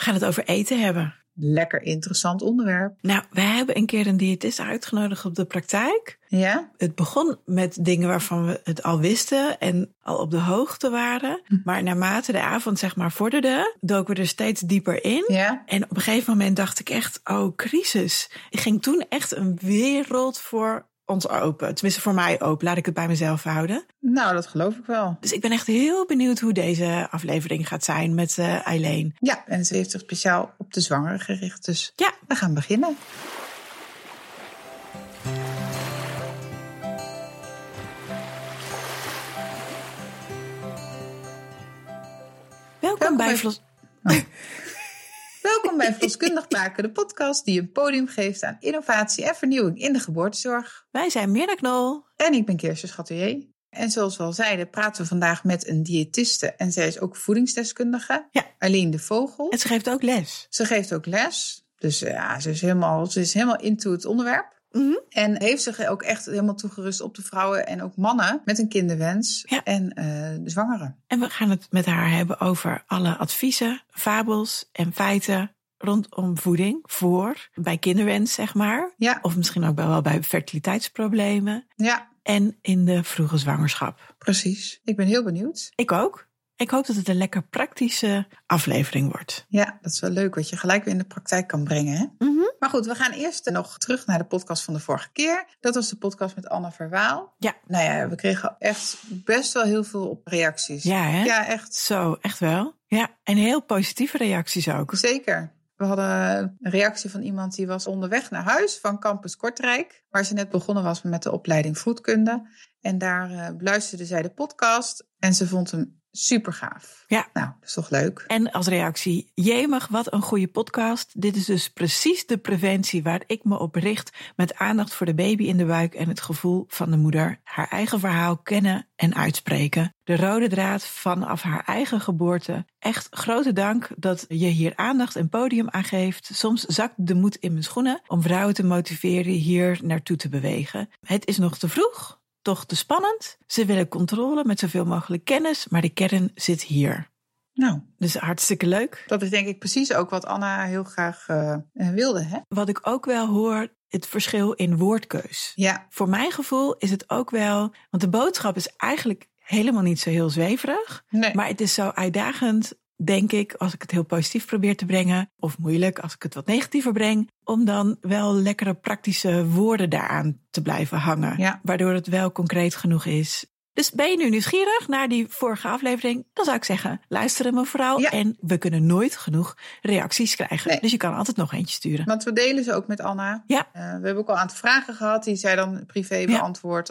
We gaan het over eten hebben. Lekker interessant onderwerp. Nou, wij hebben een keer een diëtist uitgenodigd op de praktijk. Ja? Het begon met dingen waarvan we het al wisten en al op de hoogte waren. Maar naarmate de avond vorderde, doken we er steeds dieper in. Ja? En op een gegeven moment dacht ik echt, oh, crisis. Ik ging toen echt een wereld voor ons open. Tenminste voor mij open. Laat ik het bij mezelf houden. Nou, dat geloof ik wel. Dus ik ben echt heel benieuwd hoe deze aflevering gaat zijn met Eileen. Ja, en ze heeft zich speciaal op de zwangere gericht. Dus ja, we gaan beginnen. Welkom bij Welkom bij Verloskundig Maken, de podcast die een podium geeft aan innovatie en vernieuwing in de geboortezorg. Wij zijn Mirna Knol. En ik ben Kirsten Chatelier. En zoals we al zeiden, praten we vandaag met een diëtiste. En zij is ook voedingsdeskundige, Eileen de Vogel. En ze geeft ook les. Ze geeft ook les. Dus ja, ze is helemaal into het onderwerp. Mm-hmm. En heeft zich ook echt helemaal toegerust op de vrouwen en ook mannen met een kinderwens en de zwangeren. En we gaan het met haar hebben over alle adviezen, fabels en feiten rondom voeding bij kinderwens, Ja. Of misschien ook wel bij fertiliteitsproblemen. Ja. En in de vroege zwangerschap. Precies. Ik ben heel benieuwd. Ik ook. Ik hoop dat het een lekker praktische aflevering wordt. Ja, dat is wel leuk wat je gelijk weer in de praktijk kan brengen. Hè? Mm-hmm. Maar goed, we gaan eerst nog terug naar de podcast van de vorige keer. Dat was de podcast met Anna Verwaal. Ja. Nou ja, we kregen echt best wel heel veel op reacties. Ja, hè? Ja, echt. Zo, echt wel. Ja, en heel positieve reacties ook. Zeker. We hadden een reactie van iemand die was onderweg naar huis van Campus Kortrijk, waar ze net begonnen was met de opleiding voedkunde. En daar beluisterde zij de podcast en ze vond hem super gaaf. Ja. Nou, dat is toch leuk. En als reactie, jemig, wat een goede podcast. Dit is dus precies de preventie waar ik me op richt, met aandacht voor de baby in de buik en het gevoel van de moeder. Haar eigen verhaal kennen en uitspreken. De rode draad vanaf haar eigen geboorte. Echt grote dank dat je hier aandacht en podium aan geeft. Soms zakt de moed in mijn schoenen om vrouwen te motiveren hier naartoe te bewegen. Het is nog te vroeg. Toch te spannend. Ze willen controle met zoveel mogelijk kennis, maar de kern zit hier. Nou, dus hartstikke leuk. Dat is denk ik precies ook wat Anna heel graag wilde. Hè? Wat ik ook wel hoor, het verschil in woordkeus. Ja. Voor mijn gevoel is het ook wel, want de boodschap is eigenlijk helemaal niet zo heel zweverig. Nee. Maar het is zo uitdagend, denk ik, als ik het heel positief probeer te brengen, of moeilijk als ik het wat negatiever breng, om dan wel lekkere praktische woorden daaraan te blijven hangen. Ja. Waardoor het wel concreet genoeg is. Dus ben je nu nieuwsgierig naar die vorige aflevering? Dan zou ik zeggen, luisteren mevrouw. Ja. En we kunnen nooit genoeg reacties krijgen. Nee. Dus je kan altijd nog eentje sturen. Want we delen ze ook met Anna. Ja. We hebben ook al een aantal vragen gehad die zij dan privé beantwoordt.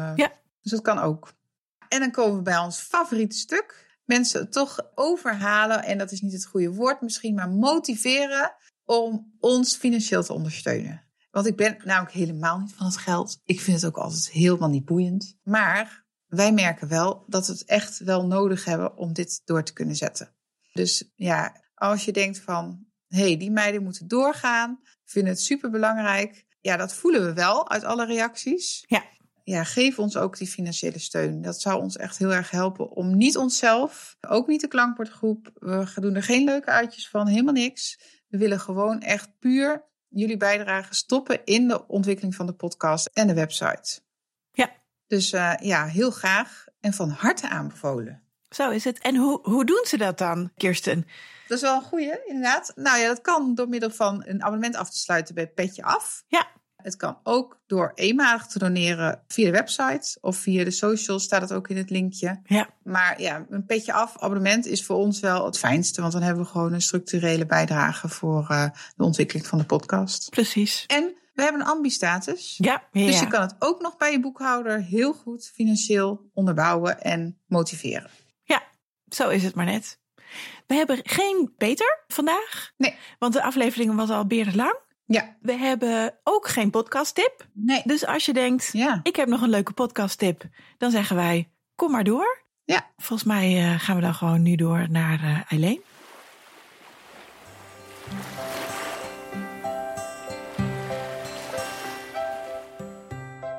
Dus dat kan ook. En dan komen we bij ons favoriete stuk. Mensen toch overhalen, en dat is niet het goede woord misschien, maar motiveren om ons financieel te ondersteunen. Want ik ben namelijk helemaal niet van het geld. Ik vind het ook altijd helemaal niet boeiend. Maar wij merken wel dat we het echt wel nodig hebben om dit door te kunnen zetten. Dus ja, als je denkt van, hé, die meiden moeten doorgaan, vinden het superbelangrijk. Ja, dat voelen we wel uit alle reacties. Ja, geef ons ook die financiële steun. Dat zou ons echt heel erg helpen om niet onszelf, ook niet de klankbordgroep, we doen er geen leuke uitjes van, helemaal niks. We willen gewoon echt puur jullie bijdrage stoppen in de ontwikkeling van de podcast en de website. Ja. Dus heel graag en van harte aanbevolen. Zo is het. En hoe doen ze dat dan, Kirsten? Dat is wel een goeie, inderdaad. Nou ja, dat kan door middel van een abonnement af te sluiten bij Petje Af. Ja. Het kan ook door eenmalig te doneren via de website of via de socials, staat het ook in het linkje. Ja. Maar ja, een Petje Af abonnement is voor ons wel het fijnste, want dan hebben we gewoon een structurele bijdrage voor de ontwikkeling van de podcast. Precies. En we hebben een ambi-status. Ja. Dus je kan het ook nog bij je boekhouder heel goed financieel onderbouwen en motiveren. Ja, zo is het maar net. We hebben geen Peter vandaag. Nee. Want de aflevering was al berenlang. Ja. We hebben ook geen podcasttip. Nee. Dus als je denkt, ik heb nog een leuke podcasttip, dan zeggen wij, kom maar door. Ja. Volgens mij gaan we dan gewoon nu door naar Eileen.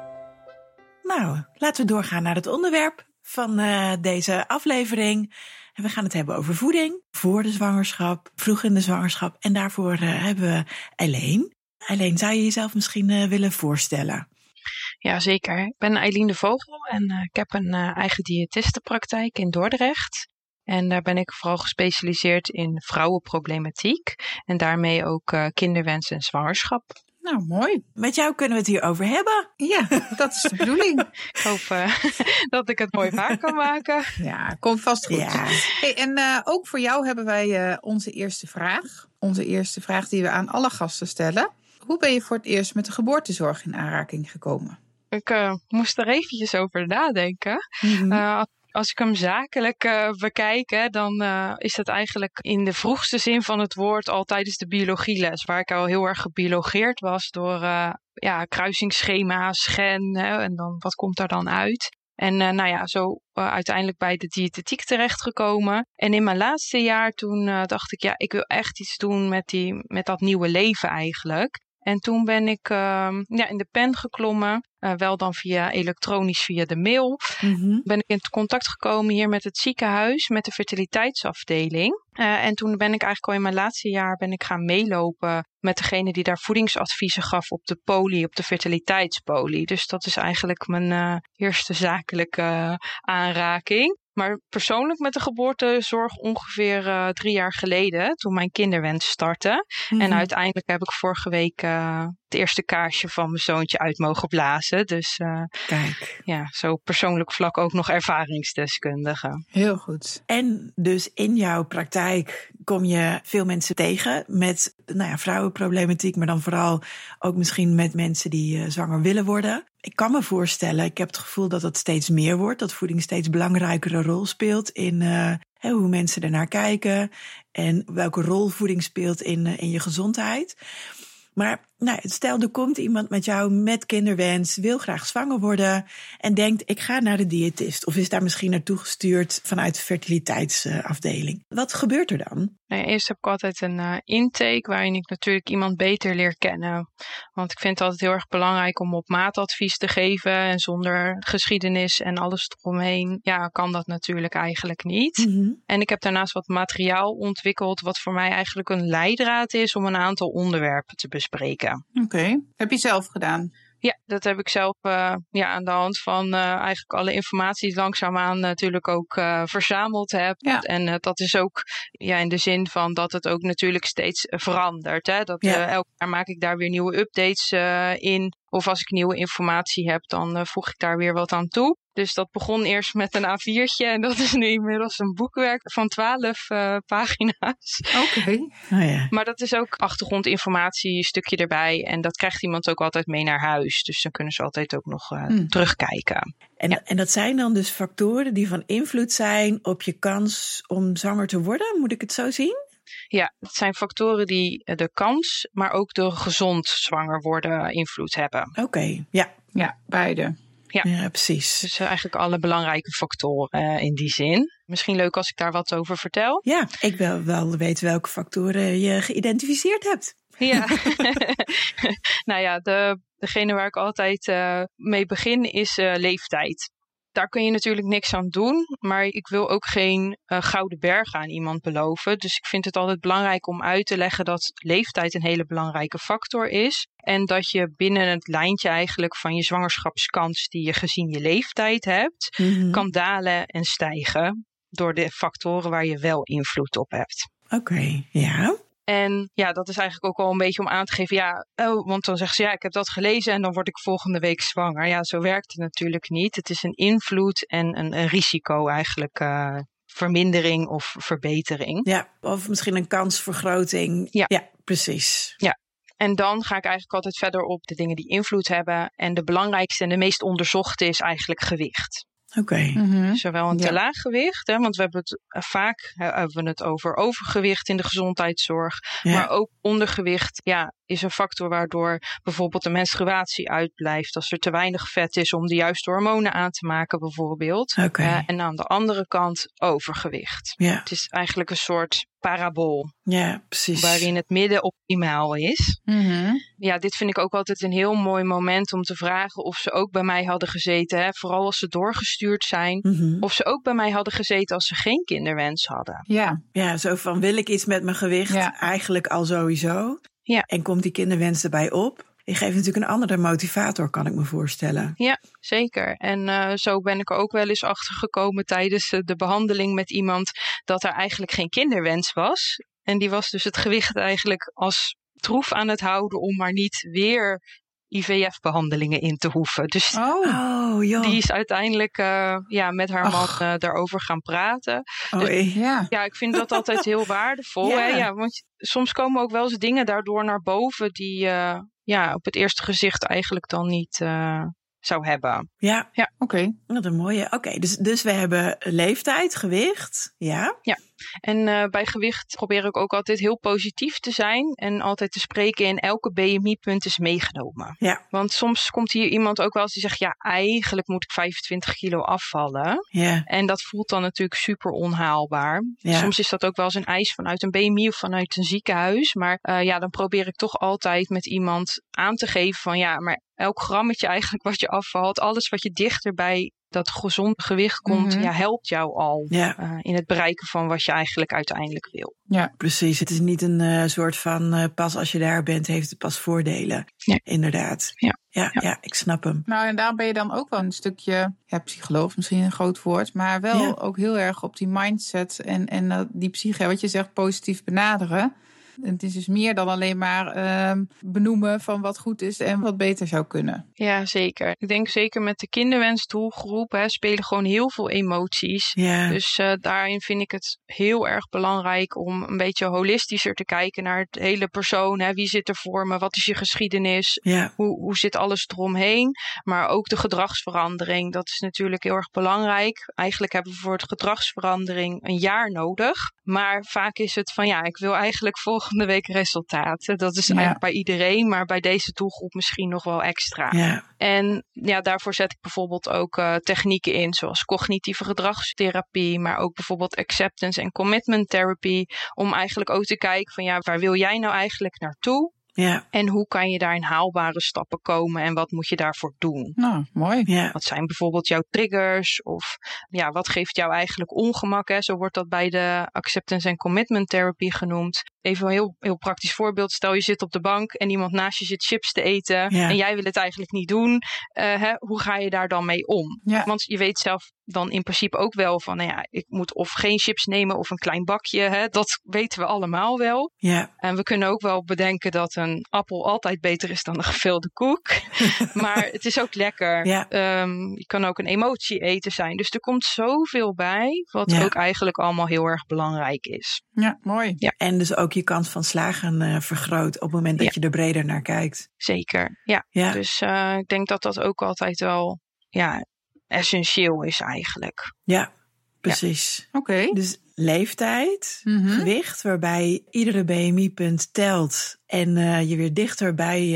Nou, laten we doorgaan naar het onderwerp van deze aflevering. En we gaan het hebben over voeding, voor de zwangerschap, vroeg in de zwangerschap. En daarvoor hebben we Eileen. Eileen, zou je jezelf misschien willen voorstellen? Ja, zeker. Ik ben Eileen de Vogel en ik heb een eigen diëtistenpraktijk in Dordrecht. En daar ben ik vooral gespecialiseerd in vrouwenproblematiek en daarmee ook kinderwens en zwangerschap. Nou, mooi. Met jou kunnen we het hierover hebben. Ja, dat is de bedoeling. Ik hoop dat ik het mooi waar kan maken. Ja, komt vast goed. Ja. Hey, en ook voor jou hebben wij onze eerste vraag. Onze eerste vraag die we aan alle gasten stellen. Hoe ben je voor het eerst met de geboortezorg in aanraking gekomen? Ik moest er eventjes over nadenken. Mm-hmm. Als ik hem zakelijk bekijk, dan is dat eigenlijk in de vroegste zin van het woord al tijdens de biologieles. Waar ik al heel erg gebiologeerd was door kruisingsschema's, scan en dan wat komt daar dan uit. En zo uiteindelijk bij de diëtetiek terechtgekomen. En in mijn laatste jaar toen dacht ik, ik wil echt iets doen met dat nieuwe leven eigenlijk. En toen ben ik in de pen geklommen, wel dan elektronisch via de mail. Mm-hmm. Ben ik in contact gekomen hier met het ziekenhuis, met de fertiliteitsafdeling. En toen ben ik eigenlijk al in mijn laatste jaar gaan meelopen met degene die daar voedingsadviezen gaf op de poli, op de fertiliteitspoli. Dus dat is eigenlijk mijn eerste zakelijke aanraking. Maar persoonlijk met de geboortezorg ongeveer 3 jaar geleden, toen mijn kinderwens startte. Mm-hmm. En uiteindelijk heb ik vorige week het eerste kaarsje van mijn zoontje uit mogen blazen. Dus kijk. Ja, zo persoonlijk vlak ook nog ervaringsdeskundige. Heel goed. En dus in jouw praktijk kom je veel mensen tegen met vrouwenproblematiek, maar dan vooral ook misschien met mensen die zwanger willen worden. Ik kan me voorstellen, ik heb het gevoel dat het steeds meer wordt, dat voeding steeds belangrijkere rol speelt in hoe mensen ernaar kijken en welke rol voeding speelt in je gezondheid. Maar stel, er komt iemand met jou met kinderwens, wil graag zwanger worden en denkt, ik ga naar de diëtist. Of is daar misschien naartoe gestuurd vanuit de fertiliteitsafdeling. Wat gebeurt er dan? Eerst heb ik altijd een intake waarin ik natuurlijk iemand beter leer kennen. Want ik vind het altijd heel erg belangrijk om op maat advies te geven. En zonder geschiedenis en alles eromheen, kan dat natuurlijk eigenlijk niet. Mm-hmm. En ik heb daarnaast wat materiaal ontwikkeld wat voor mij eigenlijk een leidraad is om een aantal onderwerpen te bespreken. Oké. Heb je zelf gedaan? Ja, dat heb ik zelf aan de hand van eigenlijk alle informatie die langzaamaan natuurlijk ook verzameld heb. Ja. En dat is ook in de zin van dat het ook natuurlijk steeds verandert. Hè? Dat elk jaar maak ik daar weer nieuwe updates in. Of als ik nieuwe informatie heb, dan voeg ik daar weer wat aan toe. Dus dat begon eerst met een A4'tje en dat is nu inmiddels een boekwerk van 12 pagina's. Oké. Oh ja. Maar dat is ook achtergrondinformatie, een stukje erbij. En dat krijgt iemand ook altijd mee naar huis. Dus dan kunnen ze altijd ook nog terugkijken. En dat zijn dan dus factoren die van invloed zijn op je kans om zwanger te worden? Moet ik het zo zien? Ja, het zijn factoren die de kans, maar ook de gezond zwanger worden invloed hebben. Oké, ja. Ja, beide. Ja, precies. Dus eigenlijk alle belangrijke factoren in die zin. Misschien leuk als ik daar wat over vertel. Ja, ik wil wel weten welke factoren je geïdentificeerd hebt. Ja, degene waar ik altijd mee begin is leeftijd. Daar kun je natuurlijk niks aan doen, maar ik wil ook geen gouden berg aan iemand beloven. Dus ik vind het altijd belangrijk om uit te leggen dat leeftijd een hele belangrijke factor is. En dat je binnen het lijntje eigenlijk van je zwangerschapskans die je gezien je leeftijd hebt, kan dalen en stijgen door de factoren waar je wel invloed op hebt. Oké, ja. En dat is eigenlijk ook al een beetje om aan te geven, want dan zeggen ze, ik heb dat gelezen en dan word ik volgende week zwanger. Ja, zo werkt het natuurlijk niet. Het is een invloed en een risico eigenlijk, vermindering of verbetering. Ja, of misschien een kansvergroting. Ja, precies. Ja. En dan ga ik eigenlijk altijd verder op de dingen die invloed hebben. En de belangrijkste en de meest onderzochte is eigenlijk gewicht. Oké. Mm-hmm. Zowel een te laag gewicht, want we hebben het vaak over overgewicht in de gezondheidszorg. Ja. Maar ook ondergewicht is een factor waardoor bijvoorbeeld de menstruatie uitblijft. Als er te weinig vet is om de juiste hormonen aan te maken bijvoorbeeld. Okay. En aan de andere kant overgewicht. Ja. Het is eigenlijk een soort parabool. Ja, precies. Waarin het midden optimaal is. Mm-hmm. Ja, dit vind ik ook altijd een heel mooi moment om te vragen of ze ook bij mij hadden gezeten. Hè? Vooral als ze doorgestuurd zijn. Mm-hmm. Of ze ook bij mij hadden gezeten als ze geen kinderwens hadden. Ja, zo van wil ik iets met mijn gewicht? Ja. Eigenlijk al sowieso. Ja. En komt die kinderwens erbij op? Die geeft natuurlijk een andere motivator, kan ik me voorstellen. Ja, zeker. En zo ben ik er ook wel eens achter gekomen tijdens de behandeling met iemand dat er eigenlijk geen kinderwens was. En die was dus het gewicht eigenlijk als troef aan het houden om maar niet weer IVF-behandelingen in te hoeven. Dus die is uiteindelijk met haar man daarover gaan praten. Ja, ik vind dat altijd heel waardevol. Ja. Hè? Ja, want soms komen ook wel eens dingen daardoor naar boven die op het eerste gezicht eigenlijk dan niet zou hebben. Ja. Oké. Wat een mooie. Oké, dus we hebben leeftijd, gewicht. Ja. Ja. En bij gewicht probeer ik ook altijd heel positief te zijn. En altijd te spreken in elke BMI-punt is meegenomen. Ja. Want soms komt hier iemand ook wel eens die zegt, ja, eigenlijk moet ik 25 kilo afvallen. Ja. En dat voelt dan natuurlijk super onhaalbaar. Ja. Soms is dat ook wel eens een eis vanuit een BMI of vanuit een ziekenhuis. Maar dan probeer ik toch altijd met iemand aan te geven van maar elk grammetje eigenlijk wat je afvalt, alles wat je dichter bij dat gezond gewicht komt, helpt jou al in het bereiken van wat je eigenlijk uiteindelijk wil. Ja, precies. Het is niet een soort van pas als je daar bent, heeft het pas voordelen. Ja. Inderdaad. Ja, ik snap hem. Nou, en daar ben je dan ook wel een stukje, psycholoog misschien een groot woord, maar wel ook heel erg op die mindset en die psyche, wat je zegt, positief benaderen. Het is dus meer dan alleen maar benoemen van wat goed is en wat beter zou kunnen. Ja, zeker. Ik denk zeker met de kinderwensdoelgroep spelen gewoon heel veel emoties. Ja. Dus daarin vind ik het heel erg belangrijk om een beetje holistischer te kijken naar het hele persoon. Wie zit er voor me? Wat is je geschiedenis? Ja. Hoe zit alles eromheen? Maar ook de gedragsverandering. Dat is natuurlijk heel erg belangrijk. Eigenlijk hebben we voor de gedragsverandering een jaar nodig. Maar vaak is het van ik wil eigenlijk volgende week resultaten. Dat is eigenlijk bij iedereen, maar bij deze doelgroep misschien nog wel extra. Ja. En daarvoor zet ik bijvoorbeeld ook technieken in, zoals cognitieve gedragstherapie, maar ook bijvoorbeeld acceptance en commitment therapy, om eigenlijk ook te kijken van waar wil jij nou eigenlijk naartoe? Ja. En hoe kan je daar in haalbare stappen komen en wat moet je daarvoor doen? Nou, mooi. Ja. Wat zijn bijvoorbeeld jouw triggers? Of wat geeft jou eigenlijk ongemak? Hè? Zo wordt dat bij de acceptance en commitment therapy genoemd. Even een heel, heel praktisch voorbeeld. Stel je zit op de bank en iemand naast je zit chips te eten. En jij wil het eigenlijk niet doen. Hoe ga je daar dan mee om? Ja. Want je weet zelf dan in principe ook wel van ik moet of geen chips nemen of een klein bakje. Hè? Dat weten we allemaal wel. Ja. En we kunnen ook wel bedenken dat een appel altijd beter is dan een gevulde koek. Maar het is ook lekker. Ja. Je kan ook een emotie eten zijn. Dus er komt zoveel bij wat ook eigenlijk allemaal heel erg belangrijk is. Ja, mooi. Ja. En dus ook je kans van slagen vergroot op het moment dat je er breder naar kijkt. Zeker, Ja. Dus ik denk dat dat ook altijd wel essentieel is eigenlijk. Ja, precies. Oké. Dus leeftijd, gewicht, waarbij iedere BMI-punt telt en je weer dichter bij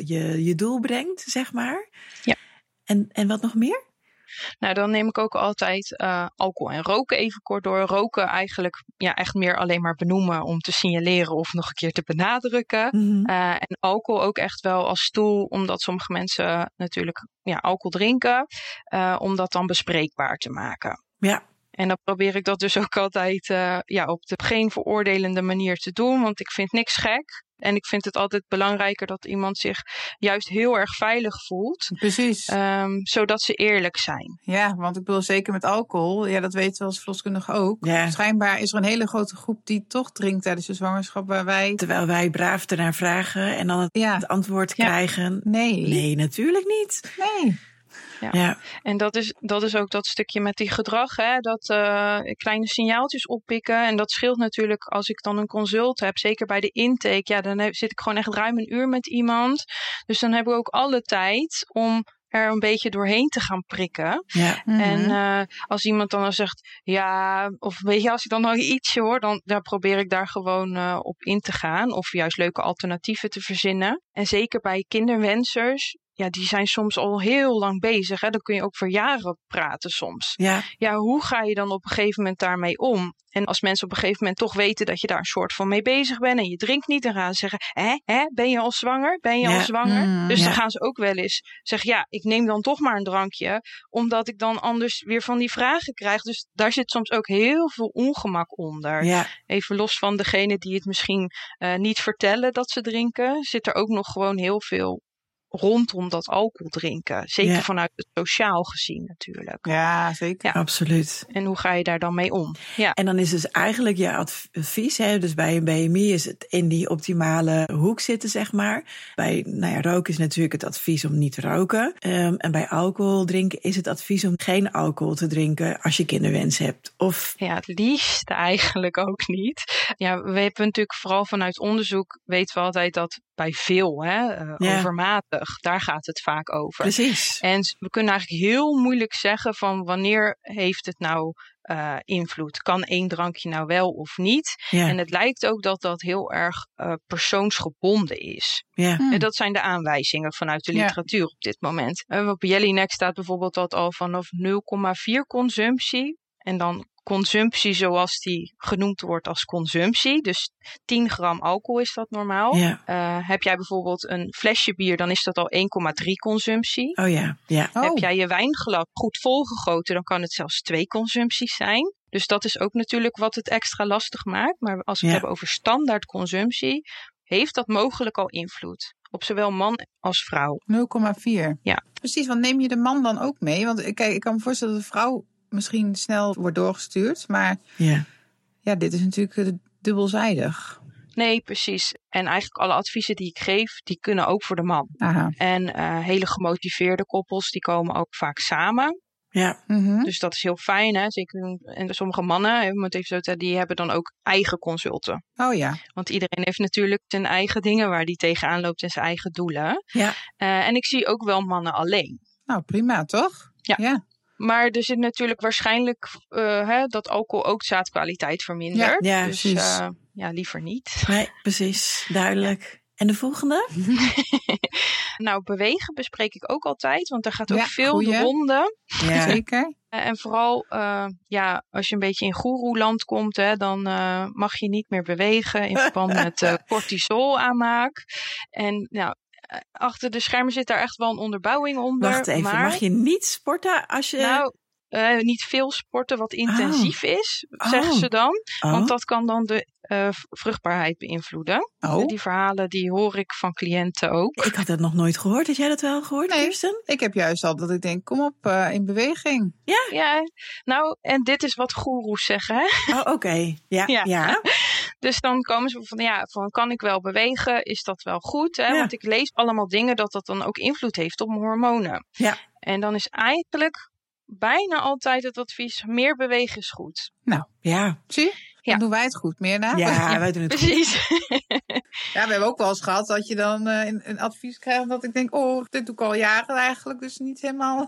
je doel brengt, zeg maar. Ja. En wat nog meer? Nou, dan neem ik ook altijd alcohol en roken even kort door. Roken eigenlijk echt meer alleen maar benoemen om te signaleren of nog een keer te benadrukken. En alcohol ook echt wel als tool, omdat sommige mensen natuurlijk alcohol drinken, om dat dan bespreekbaar te maken. Ja. En dan probeer ik dat dus ook altijd op de geen veroordelende manier te doen, want ik vind niks gek. En ik vind het altijd belangrijker dat iemand zich juist heel erg veilig voelt. Precies. Zodat ze eerlijk zijn. Ja, want ik bedoel zeker met alcohol, dat weten we als verloskundige ook. Ja. Schijnbaar is er een hele grote groep die toch drinkt tijdens de zwangerschap, waar wij... Terwijl wij braaf ernaar vragen en dan het antwoord krijgen. Nee, natuurlijk niet. Nee. Ja. En dat is ook dat stukje met die gedrag, hè, dat kleine signaaltjes oppikken. En dat scheelt natuurlijk als ik dan een consult heb, zeker bij de intake. Dan zit ik gewoon echt ruim een uur met iemand. Dus dan heb ik ook alle tijd om er een beetje doorheen te gaan prikken. Ja. En als iemand dan zegt, of weet je, als ik dan nog ietsje hoor, dan probeer ik daar gewoon op in te gaan. Of juist leuke alternatieven te verzinnen. En zeker bij kinderwensers die zijn soms al heel lang bezig. Hè? Dan kun je ook voor jaren praten soms. Ja, hoe ga je dan op een gegeven moment daarmee om? En als mensen op een gegeven moment toch weten dat je daar een soort van mee bezig bent en je drinkt niet, dan gaan ze zeggen, ben je al zwanger? Ben je al zwanger? Dus dan gaan ze ook wel eens zeggen, ik neem dan toch maar een drankje, omdat ik dan anders weer van die vragen krijg. Dus daar zit soms ook heel veel ongemak onder. Ja. Even los van degene die het misschien niet vertellen dat ze drinken, zit er ook nog gewoon heel veel rondom dat alcohol drinken. Zeker vanuit het sociaal gezien natuurlijk. Ja, zeker. Ja, absoluut. En hoe ga je daar dan mee om? Ja. En dan is dus eigenlijk je advies, dus bij een BMI is het in die optimale hoek zitten, zeg maar. Bij roken is natuurlijk het advies om niet te roken. En bij alcohol drinken is het advies om geen alcohol te drinken als je kinderwens hebt. Of... Ja, het liefst eigenlijk ook niet. Ja, we hebben natuurlijk vooral vanuit onderzoek weten we altijd dat bij veel, overmatig, daar gaat het vaak over. Precies. En we kunnen eigenlijk heel moeilijk zeggen van wanneer heeft het nou invloed. Kan één drankje nou wel of niet? Ja. En het lijkt ook dat dat heel erg persoonsgebonden is. Ja. En dat zijn de aanwijzingen vanuit de literatuur op dit moment. Op Jelinek staat bijvoorbeeld dat al vanaf 0,4 consumptie. En dan consumptie zoals die genoemd wordt als consumptie. Dus 10 gram alcohol is dat normaal. Ja. Heb jij bijvoorbeeld een flesje bier, dan is dat al 1,3 consumptie. Oh ja. Ja. Heb jij je wijnglas goed volgegoten, dan kan het zelfs 2 consumpties zijn. Dus dat is ook natuurlijk wat het extra lastig maakt. Maar als we het hebben over standaard consumptie, heeft dat mogelijk al invloed. Op zowel man als vrouw. 0,4. Ja. Precies, want neem je de man dan ook mee? Want kijk, ik kan me voorstellen dat de vrouw misschien snel wordt doorgestuurd. Maar dit is natuurlijk dubbelzijdig. Nee, precies. En eigenlijk alle adviezen die ik geef, die kunnen ook voor de man. Aha. En hele gemotiveerde koppels, die komen ook vaak samen. Ja. Mm-hmm. Dus dat is heel fijn, hè. Zeker, en sommige mannen, die hebben dan ook eigen consulten. Oh ja. Want iedereen heeft natuurlijk zijn eigen dingen waar die tegenaan loopt en zijn eigen doelen. Ja. En ik zie ook wel mannen alleen. Nou, prima, toch? Ja. Maar er zit natuurlijk waarschijnlijk dat alcohol ook zaadkwaliteit vermindert. Ja, dus liever niet. Nee, precies. Duidelijk. En de volgende? Nou, bewegen bespreek ik ook altijd. Want daar gaat ook veel de ronde. Ja. Zeker. En vooral, als je een beetje in goeroeland komt, dan mag je niet meer bewegen in verband met cortisol aanmaak. En achter de schermen zit daar echt wel een onderbouwing onder. Wacht even, maar mag je niet sporten als je... Nou, niet veel sporten wat intensief is, zeggen ze dan. Want dat kan dan de vruchtbaarheid beïnvloeden. Die verhalen die hoor ik van cliënten ook. Ik had dat nog nooit gehoord. Had jij dat wel gehoord, Kirsten? Ik heb juist al dat ik denk, kom op, in beweging. Ja, nou, en dit is wat goeroes zeggen, hè? Oh, oké. Ja. Dus dan komen ze van kan ik wel bewegen? Is dat wel goed? Hè? Ja. Want ik lees allemaal dingen dat dan ook invloed heeft op mijn hormonen. Ja. En dan is eigenlijk bijna altijd het advies, meer bewegen is goed. Nou, zie? Dan doen wij het goed, meer na. Ja, wij doen het precies. Ja, we hebben ook wel eens gehad dat je dan een advies krijgt dat ik denk, dit doe ik al jaren eigenlijk, dus niet helemaal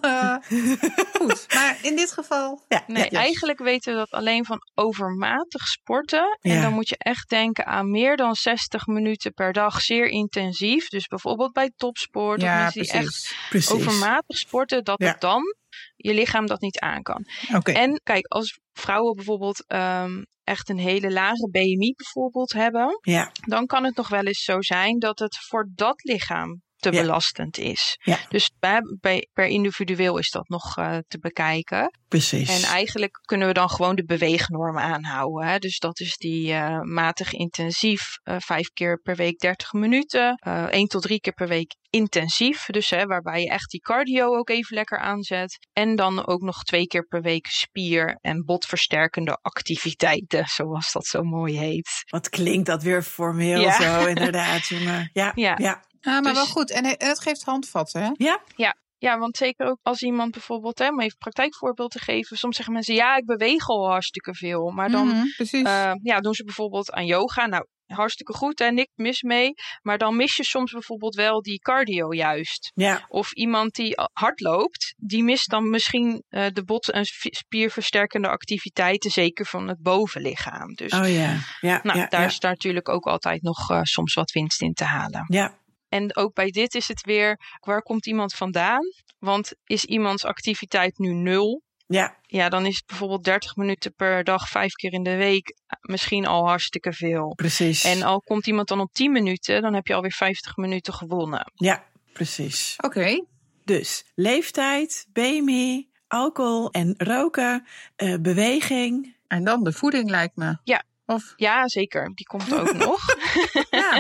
goed. Maar in dit geval... Eigenlijk weten we dat alleen van overmatig sporten. En dan moet je echt denken aan meer dan 60 minuten per dag, zeer intensief. Dus bijvoorbeeld bij topsport of mensen die echt overmatig sporten, dat het dan je lichaam dat niet aan kan. Okay. En kijk, als vrouwen bijvoorbeeld echt een hele lage BMI bijvoorbeeld hebben, dan kan het nog wel eens zo zijn dat het voor dat lichaam te belastend is. Ja. Dus per individueel is dat nog te bekijken. Precies. En eigenlijk kunnen we dan gewoon de beweegnormen aanhouden. Hè? Dus dat is die matig intensief, 5 keer per week 30 minuten, 1 tot 3 keer per week intensief. Dus waarbij je echt die cardio ook even lekker aanzet. En dan ook nog 2 keer per week spier- en botversterkende activiteiten, zoals dat zo mooi heet. Wat klinkt dat weer formeel zo, inderdaad, jongen. Ja. Maar wel goed. En het geeft handvatten, hè? Ja, want zeker ook als iemand bijvoorbeeld, om even een praktijkvoorbeeld te geven. Soms zeggen mensen, ik beweeg al hartstikke veel. Maar dan doen ze bijvoorbeeld aan yoga. Nou, hartstikke goed, niks mis mee. Maar dan mis je soms bijvoorbeeld wel die cardio juist. Ja. Of iemand die hard loopt, die mist dan misschien de bot- en spierversterkende activiteiten, zeker van het bovenlichaam. Dus daar is daar natuurlijk ook altijd nog soms wat winst in te halen. Ja. En ook bij dit is het weer, waar komt iemand vandaan? Want is iemands activiteit nu 0? Ja, dan is het bijvoorbeeld 30 minuten per dag, 5 keer in de week misschien al hartstikke veel. Precies. En al komt iemand dan op 10 minuten, dan heb je alweer 50 minuten gewonnen. Ja, precies. Oké. Dus leeftijd, BMI, alcohol en roken, beweging. En dan de voeding lijkt me. Ja. Of? Ja, zeker. Die komt ook nog. Ja.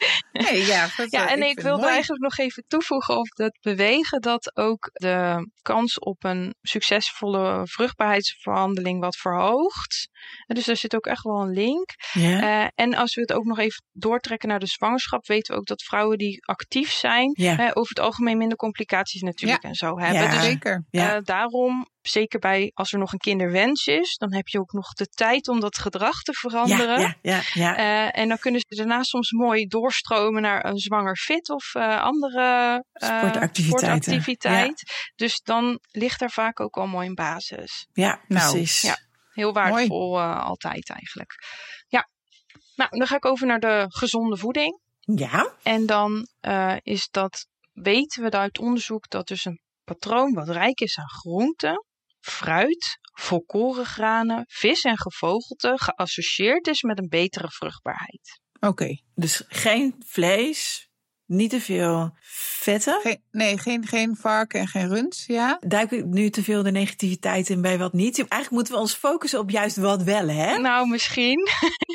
Ik wilde eigenlijk nog even toevoegen op dat bewegen, dat ook de kans op een succesvolle vruchtbaarheidsverhandeling wat verhoogt. Dus daar zit ook echt wel een link. Ja. En als we het ook nog even doortrekken naar de zwangerschap, weten we ook dat vrouwen die actief zijn, over het algemeen minder complicaties natuurlijk en zo hebben. Ja, dus zeker. Daarom, zeker als er nog een kinderwens is, dan heb je ook nog de tijd om dat gedrag te veranderen. Ja. En dan kunnen ze daarna soms mooi doorstromen naar een zwanger fit of andere sportactiviteit. Ja. Dus dan ligt daar vaak ook al mooi een basis. Ja, precies. Ja, heel waardevol altijd eigenlijk. Ja, nou dan ga ik over naar de gezonde voeding. Ja. En dan weten we uit onderzoek dat dus een patroon wat rijk is aan groenten, fruit, volkorengranen, vis en gevogelte geassocieerd is met een betere vruchtbaarheid. Oké. Dus geen vlees, niet te veel vetten. Geen varken en geen rund, ja. Duik ik nu te veel de negativiteit in bij wat niet? Eigenlijk moeten we ons focussen op juist wat wel, hè? Nou, misschien.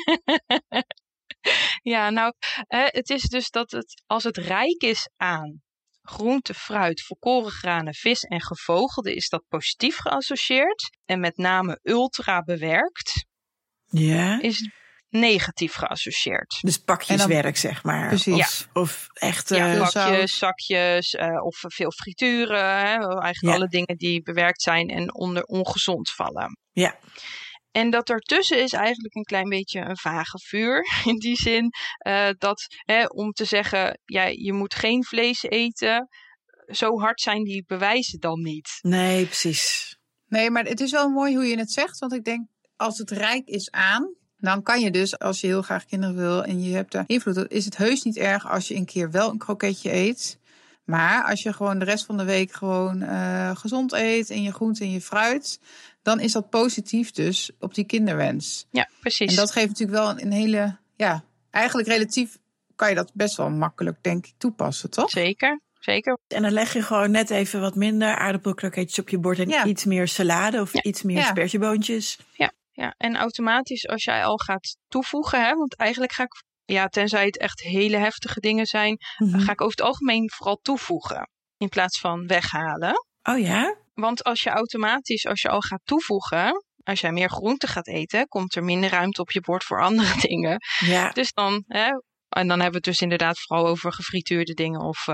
Het is dus dat als het rijk is aan groente, fruit, volkoren granen, vis en gevogelde, is dat positief geassocieerd. En met name ultra bewerkt is negatief geassocieerd. Dus pakjeswerk, zeg maar. Precies. Of echt pakjes, zakjes, of veel frituren. Eigenlijk alle dingen die bewerkt zijn en onder ongezond vallen. Ja. En dat ertussen is eigenlijk een klein beetje een vage vuur. In die zin om te zeggen, je moet geen vlees eten. Zo hard zijn die bewijzen dan niet. Nee, precies. Nee, maar het is wel mooi hoe je het zegt. Want ik denk, als het rijk is aan, dan kan je dus, als je heel graag kinderen wil en je hebt daar invloed, dan is het heus niet erg als je een keer wel een kroketje eet. Maar als je gewoon de rest van de week gewoon gezond eet en je groente en je fruit, dan is dat positief dus op die kinderwens. Ja, precies. En dat geeft natuurlijk wel een hele, eigenlijk relatief kan je dat best wel makkelijk, denk ik, toepassen, toch? Zeker. En dan leg je gewoon net even wat minder aardappelkroketjes op je bord en iets meer salade of iets meer aspergeboontjes. Ja, en automatisch als jij al gaat toevoegen, want eigenlijk ga ik, tenzij het echt hele heftige dingen zijn, ga ik over het algemeen vooral toevoegen in plaats van weghalen. Oh ja? Want als je al gaat toevoegen, als jij meer groente gaat eten, komt er minder ruimte op je bord voor andere dingen. Ja. Dus dan, en dan hebben we het dus inderdaad vooral over gefrituurde dingen of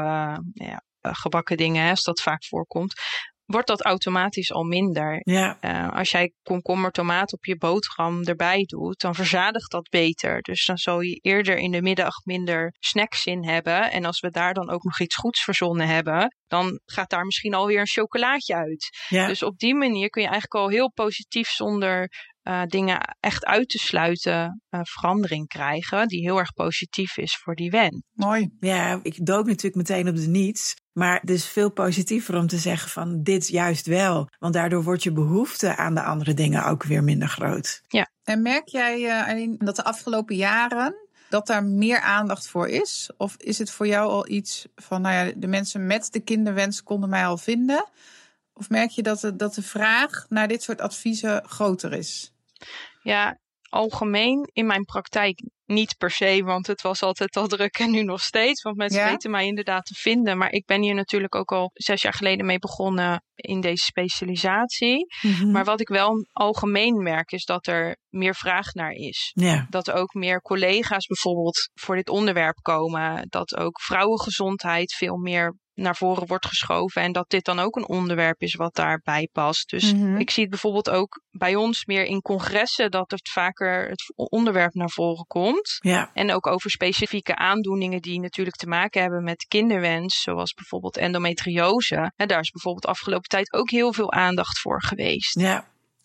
gebakken dingen, als dat vaak voorkomt. Wordt dat automatisch al minder. Ja. Als jij komkommer, tomaat op je boterham erbij doet, dan verzadigt dat beter. Dus dan zal je eerder in de middag minder snacks in hebben. En als we daar dan ook nog iets goeds verzonnen hebben, dan gaat daar misschien alweer een chocolaatje uit. Ja. Dus op die manier kun je eigenlijk al heel positief zonder dingen echt uit te sluiten verandering krijgen die heel erg positief is voor die wens. Mooi. Ja, ik dook natuurlijk meteen op de niets. Maar het is veel positiever om te zeggen van dit juist wel. Want daardoor wordt je behoefte aan de andere dingen ook weer minder groot. Ja. En merk jij, Aline, dat de afgelopen jaren dat daar meer aandacht voor is? Of is het voor jou al iets van, de mensen met de kinderwens konden mij al vinden? Of merk je dat de vraag naar dit soort adviezen groter is? Ja, algemeen in mijn praktijk niet per se, want het was altijd al druk en nu nog steeds. Want mensen weten mij inderdaad te vinden. Maar ik ben hier natuurlijk ook al 6 jaar geleden mee begonnen in deze specialisatie. Mm-hmm. Maar wat ik wel algemeen merk is dat er meer vraag naar is. Ja. Dat er ook meer collega's bijvoorbeeld voor dit onderwerp komen. Dat ook vrouwengezondheid veel meer naar voren wordt geschoven en dat dit dan ook een onderwerp is wat daarbij past. Dus ik zie het bijvoorbeeld ook bij ons meer in congressen dat het vaker het onderwerp naar voren komt. Ja. En ook over specifieke aandoeningen die natuurlijk te maken hebben met kinderwens, zoals bijvoorbeeld endometriose. En daar is bijvoorbeeld afgelopen tijd ook heel veel aandacht voor geweest. Ja.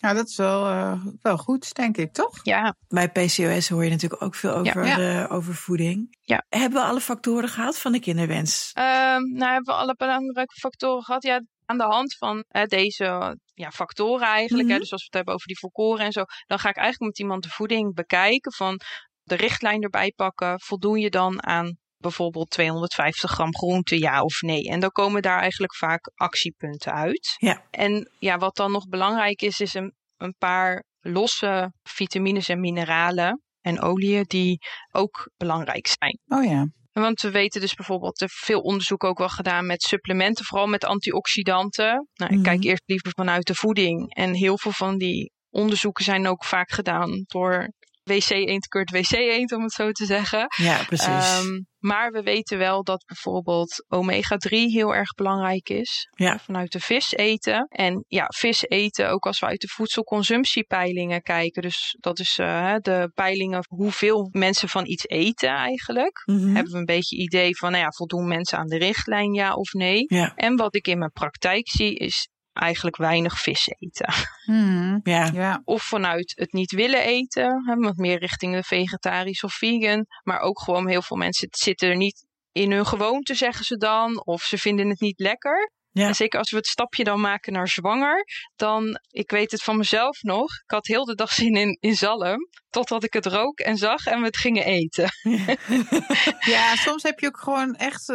Nou, dat is wel goed, denk ik, toch? Ja. Bij PCOS hoor je natuurlijk ook veel over voeding. Ja. Hebben we alle factoren gehad van de kinderwens? Hebben we alle belangrijke factoren gehad? Ja, aan de hand van deze factoren eigenlijk. Dus als we het hebben over die volkoren en zo. Dan ga ik eigenlijk met iemand de voeding bekijken. Van de richtlijn erbij pakken. Voldoen je dan aan bijvoorbeeld 250 gram groente, ja of nee? En dan komen daar eigenlijk vaak actiepunten uit. Ja. En wat dan nog belangrijk is een paar losse vitamines en mineralen en oliën die ook belangrijk zijn. Oh ja. Want we weten dus bijvoorbeeld, er veel onderzoek ook wel gedaan met supplementen, vooral met antioxidanten. Ik kijk eerst liever vanuit de voeding. En heel veel van die onderzoeken zijn ook vaak gedaan door wc-eend keurt wc-eend, om het zo te zeggen. Ja, precies. Maar we weten wel dat bijvoorbeeld omega-3 heel erg belangrijk is. Ja. Vanuit de vis eten. En vis eten, ook als we uit de voedselconsumptiepeilingen kijken. Dus dat is de peilingen hoeveel mensen van iets eten eigenlijk. Hebben we een beetje idee van, voldoen mensen aan de richtlijn, ja of nee? Ja. En wat ik in mijn praktijk zie is eigenlijk weinig vis eten. Ja. Of vanuit het niet willen eten, wat meer richting de vegetarisch of vegan. Maar ook gewoon heel veel mensen zitten er niet in hun gewoonte, zeggen ze dan. Of ze vinden het niet lekker. Ja. En zeker als we het stapje dan maken naar zwanger, dan, ik weet het van mezelf nog, ik had heel de dag zin in zalm, totdat ik het rook en zag en we het gingen eten. Ja, soms heb je ook gewoon echt...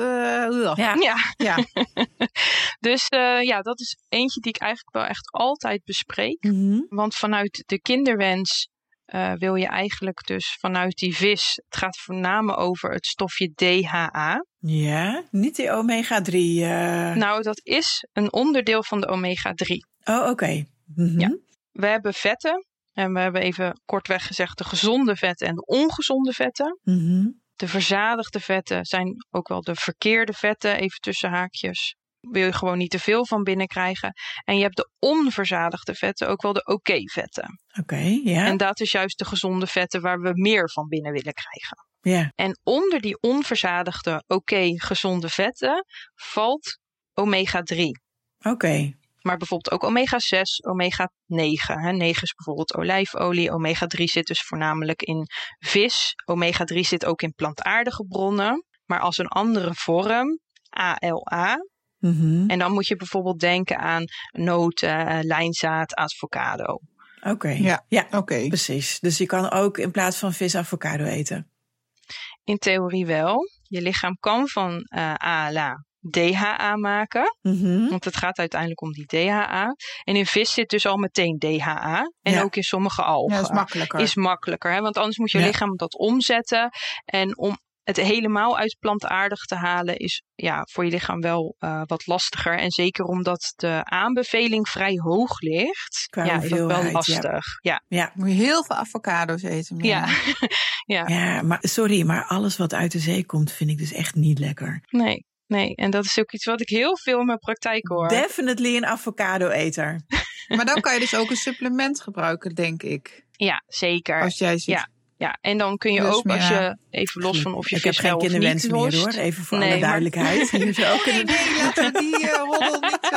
Ja. Dus dat is eentje die ik eigenlijk wel echt altijd bespreek. Want vanuit de kinderwens wil je eigenlijk dus vanuit die vis, het gaat voornamelijk over het stofje DHA. Ja, niet die omega-3. Nou, dat is een onderdeel van de omega-3. Oh, oké. Ja. We hebben vetten. En we hebben even kortweg gezegd de gezonde vetten en de ongezonde vetten. De verzadigde vetten zijn ook wel de verkeerde vetten, even tussen haakjes. Wil je gewoon niet te veel van binnenkrijgen. En je hebt de onverzadigde vetten, ook wel de oké-vetten. Oké, ja. En dat is juist de gezonde vetten waar we meer van binnen willen krijgen. Ja. En onder die onverzadigde gezonde vetten valt omega-3. Oké. Maar bijvoorbeeld ook omega-6, omega-9. 9 is bijvoorbeeld olijfolie. Omega-3 zit dus voornamelijk in vis. Omega-3 zit ook in plantaardige bronnen. Maar als een andere vorm, ALA. En dan moet je bijvoorbeeld denken aan noten, lijnzaad, avocado. Oké. Ja, oké. Precies. Dus je kan ook in plaats van vis avocado eten? In theorie wel. Je lichaam kan van ALA DHA maken. Want het gaat uiteindelijk om die DHA. En in vis zit dus al meteen DHA. En ook in sommige algen. Ja, dat is makkelijker. Is makkelijker, hè? Want anders moet je lichaam dat omzetten. En om het helemaal uit plantaardig te halen is voor je lichaam wel wat lastiger. En zeker omdat de aanbeveling vrij hoog ligt. Is dat wel lastig. Ja. Moet je heel veel avocado's eten. Ja, maar alles wat uit de zee komt vind ik dus echt niet lekker. Nee, en dat is ook iets wat ik heel veel in mijn praktijk hoor. Definitely een avocado-eter. Maar dan kan je dus ook een supplement gebruiken, denk ik. Ja, zeker. Als jij ziet. Ja, en dan kun je ook, als je even los van of je vis wel of niet lost. Ik heb geen kinderwensen meer hoor, even voor alle duidelijkheid. Nee, laten we die roddel niet...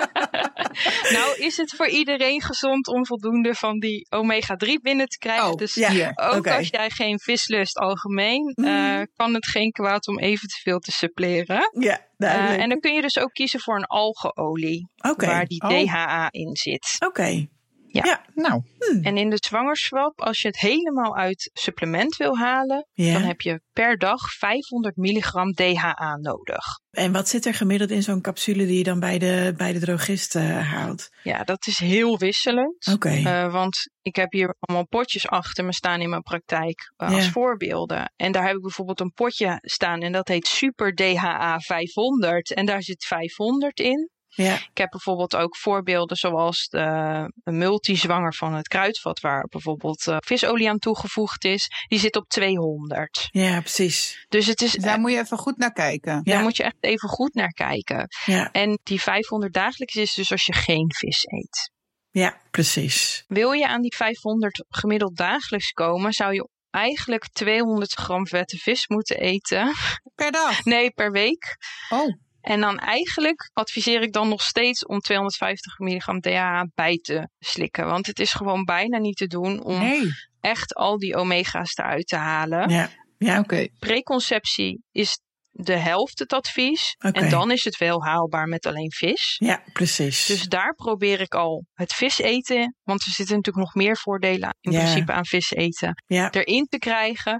Nou is het voor iedereen gezond om voldoende van die omega-3 binnen te krijgen. Dus als jij geen vis lust algemeen, kan het geen kwaad om eventueel te suppleren. Ja, duidelijk. En dan kun je dus ook kiezen voor een algeolie, waar die DHA in zit. Oké. Ja. Nou. En in de zwangerschap, als je het helemaal uit supplement wil halen, dan heb je per dag 500 milligram DHA nodig. En wat zit er gemiddeld in zo'n capsule die je dan bij de drogist haalt? Ja, dat is heel wisselend. Oké. Want ik heb hier allemaal potjes achter me staan in mijn praktijk als voorbeelden. En daar heb ik bijvoorbeeld een potje staan en dat heet Super DHA 500. En daar zit 500 in. Ja. Ik heb bijvoorbeeld ook voorbeelden zoals de multizwanger van het kruidvat, waar bijvoorbeeld visolie aan toegevoegd is. Die zit op 200. Ja, precies. Dus het is, daar moet je even goed naar kijken. Daar moet je echt even goed naar kijken. Ja. En die 500 dagelijks is dus als je geen vis eet. Ja, precies. Wil je aan die 500 gemiddeld dagelijks komen, zou je eigenlijk 200 gram vette vis moeten eten. Per dag? Nee, per week. Oh. En dan eigenlijk adviseer ik dan nog steeds om 250 milligram DHA bij te slikken. Want het is gewoon bijna niet te doen om echt al die omega's eruit te halen. Ja, oké. Preconceptie is de helft het advies. Okay. En dan is het wel haalbaar met alleen vis. Ja, precies. Dus daar probeer ik al het vis eten. Want er zitten natuurlijk nog meer voordelen in principe aan vis eten. Ja. Erin te krijgen.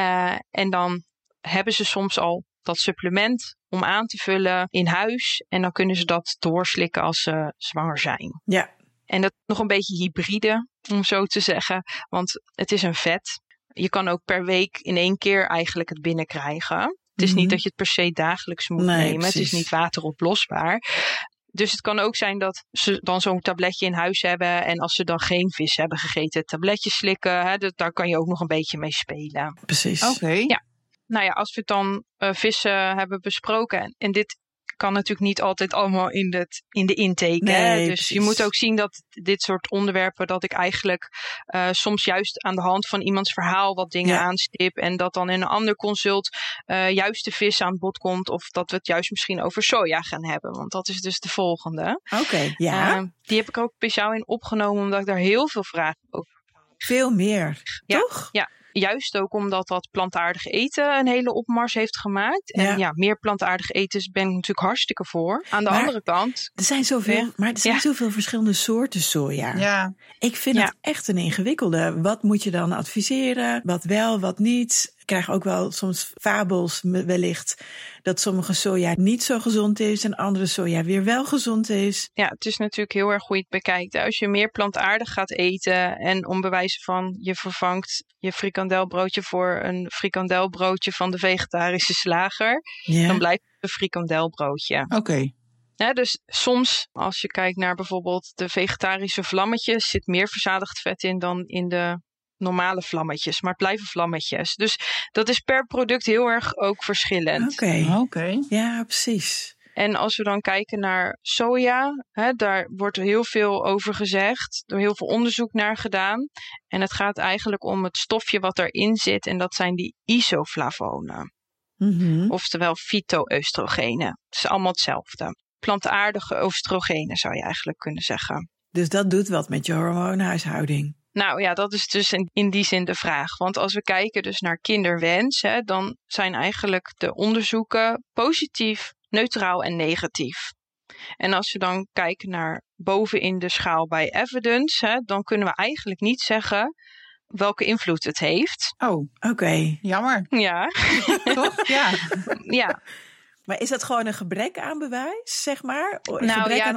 En dan hebben ze soms al dat supplement om aan te vullen in huis. En dan kunnen ze dat doorslikken als ze zwanger zijn. Ja. En dat is nog een beetje hybride, om zo te zeggen. Want het is een vet. Je kan ook per week in 1 keer eigenlijk het binnenkrijgen. Het is niet dat je het per se dagelijks moet nemen. Precies. Het is niet wateroplosbaar. Dus het kan ook zijn dat ze dan zo'n tabletje in huis hebben. En als ze dan geen vis hebben gegeten, het tabletje slikken. Hè, daar kan je ook nog een beetje mee spelen. Precies. Oké. Ja. Nou ja, als we het dan vissen hebben besproken. En dit kan natuurlijk niet altijd allemaal in de intake. Nee, dus je moet ook zien dat dit soort onderwerpen, dat ik eigenlijk soms juist aan de hand van iemands verhaal wat dingen aanstip. En dat dan in een ander consult juist de vis aan bod komt. Of dat we het juist misschien over soja gaan hebben. Want dat is dus de volgende. Oké, ja. Die heb ik ook speciaal in opgenomen, omdat ik daar heel veel vragen over heb. Veel meer, toch? Ja. Juist ook omdat dat plantaardig eten een hele opmars heeft gemaakt. En meer plantaardig eten ben ik natuurlijk hartstikke voor. Aan de andere kant. Er zijn zoveel verschillende soorten soja. Ja. Ik vind het echt een ingewikkelde. Wat moet je dan adviseren? Wat wel, wat niet? Ik krijg ook wel soms fabels wellicht dat sommige soja niet zo gezond is en andere soja weer wel gezond is. Ja, het is natuurlijk heel erg hoe je het bekijkt. Als je meer plantaardig gaat eten en om bewijzen van je vervangt je frikandelbroodje voor een frikandelbroodje van de vegetarische slager, dan blijft het een frikandelbroodje. Oké. Ja, dus soms, als je kijkt naar bijvoorbeeld de vegetarische vlammetjes, zit meer verzadigd vet in dan in de normale vlammetjes, maar het blijven vlammetjes. Dus dat is per product heel erg ook verschillend. Oké. Ja, precies. En als we dan kijken naar soja, daar wordt er heel veel over gezegd, er heel veel onderzoek naar gedaan. En het gaat eigenlijk om het stofje wat erin zit en dat zijn die isoflavonen. Mm-hmm. Oftewel fytoöstrogenen. Het is allemaal hetzelfde. Plantaardige oestrogenen zou je eigenlijk kunnen zeggen. Dus dat doet wat met je hormoonhuishouding. Nou ja, dat is dus in die zin de vraag. Want als we kijken dus naar kinderwens, dan zijn eigenlijk de onderzoeken positief, neutraal en negatief. En als we dan kijken naar bovenin de schaal bij evidence, dan kunnen we eigenlijk niet zeggen welke invloed het heeft. Oh, oké. Jammer. Ja. Toch? Ja. Ja. Maar is dat gewoon een gebrek aan bewijs, zeg maar? Nou ja,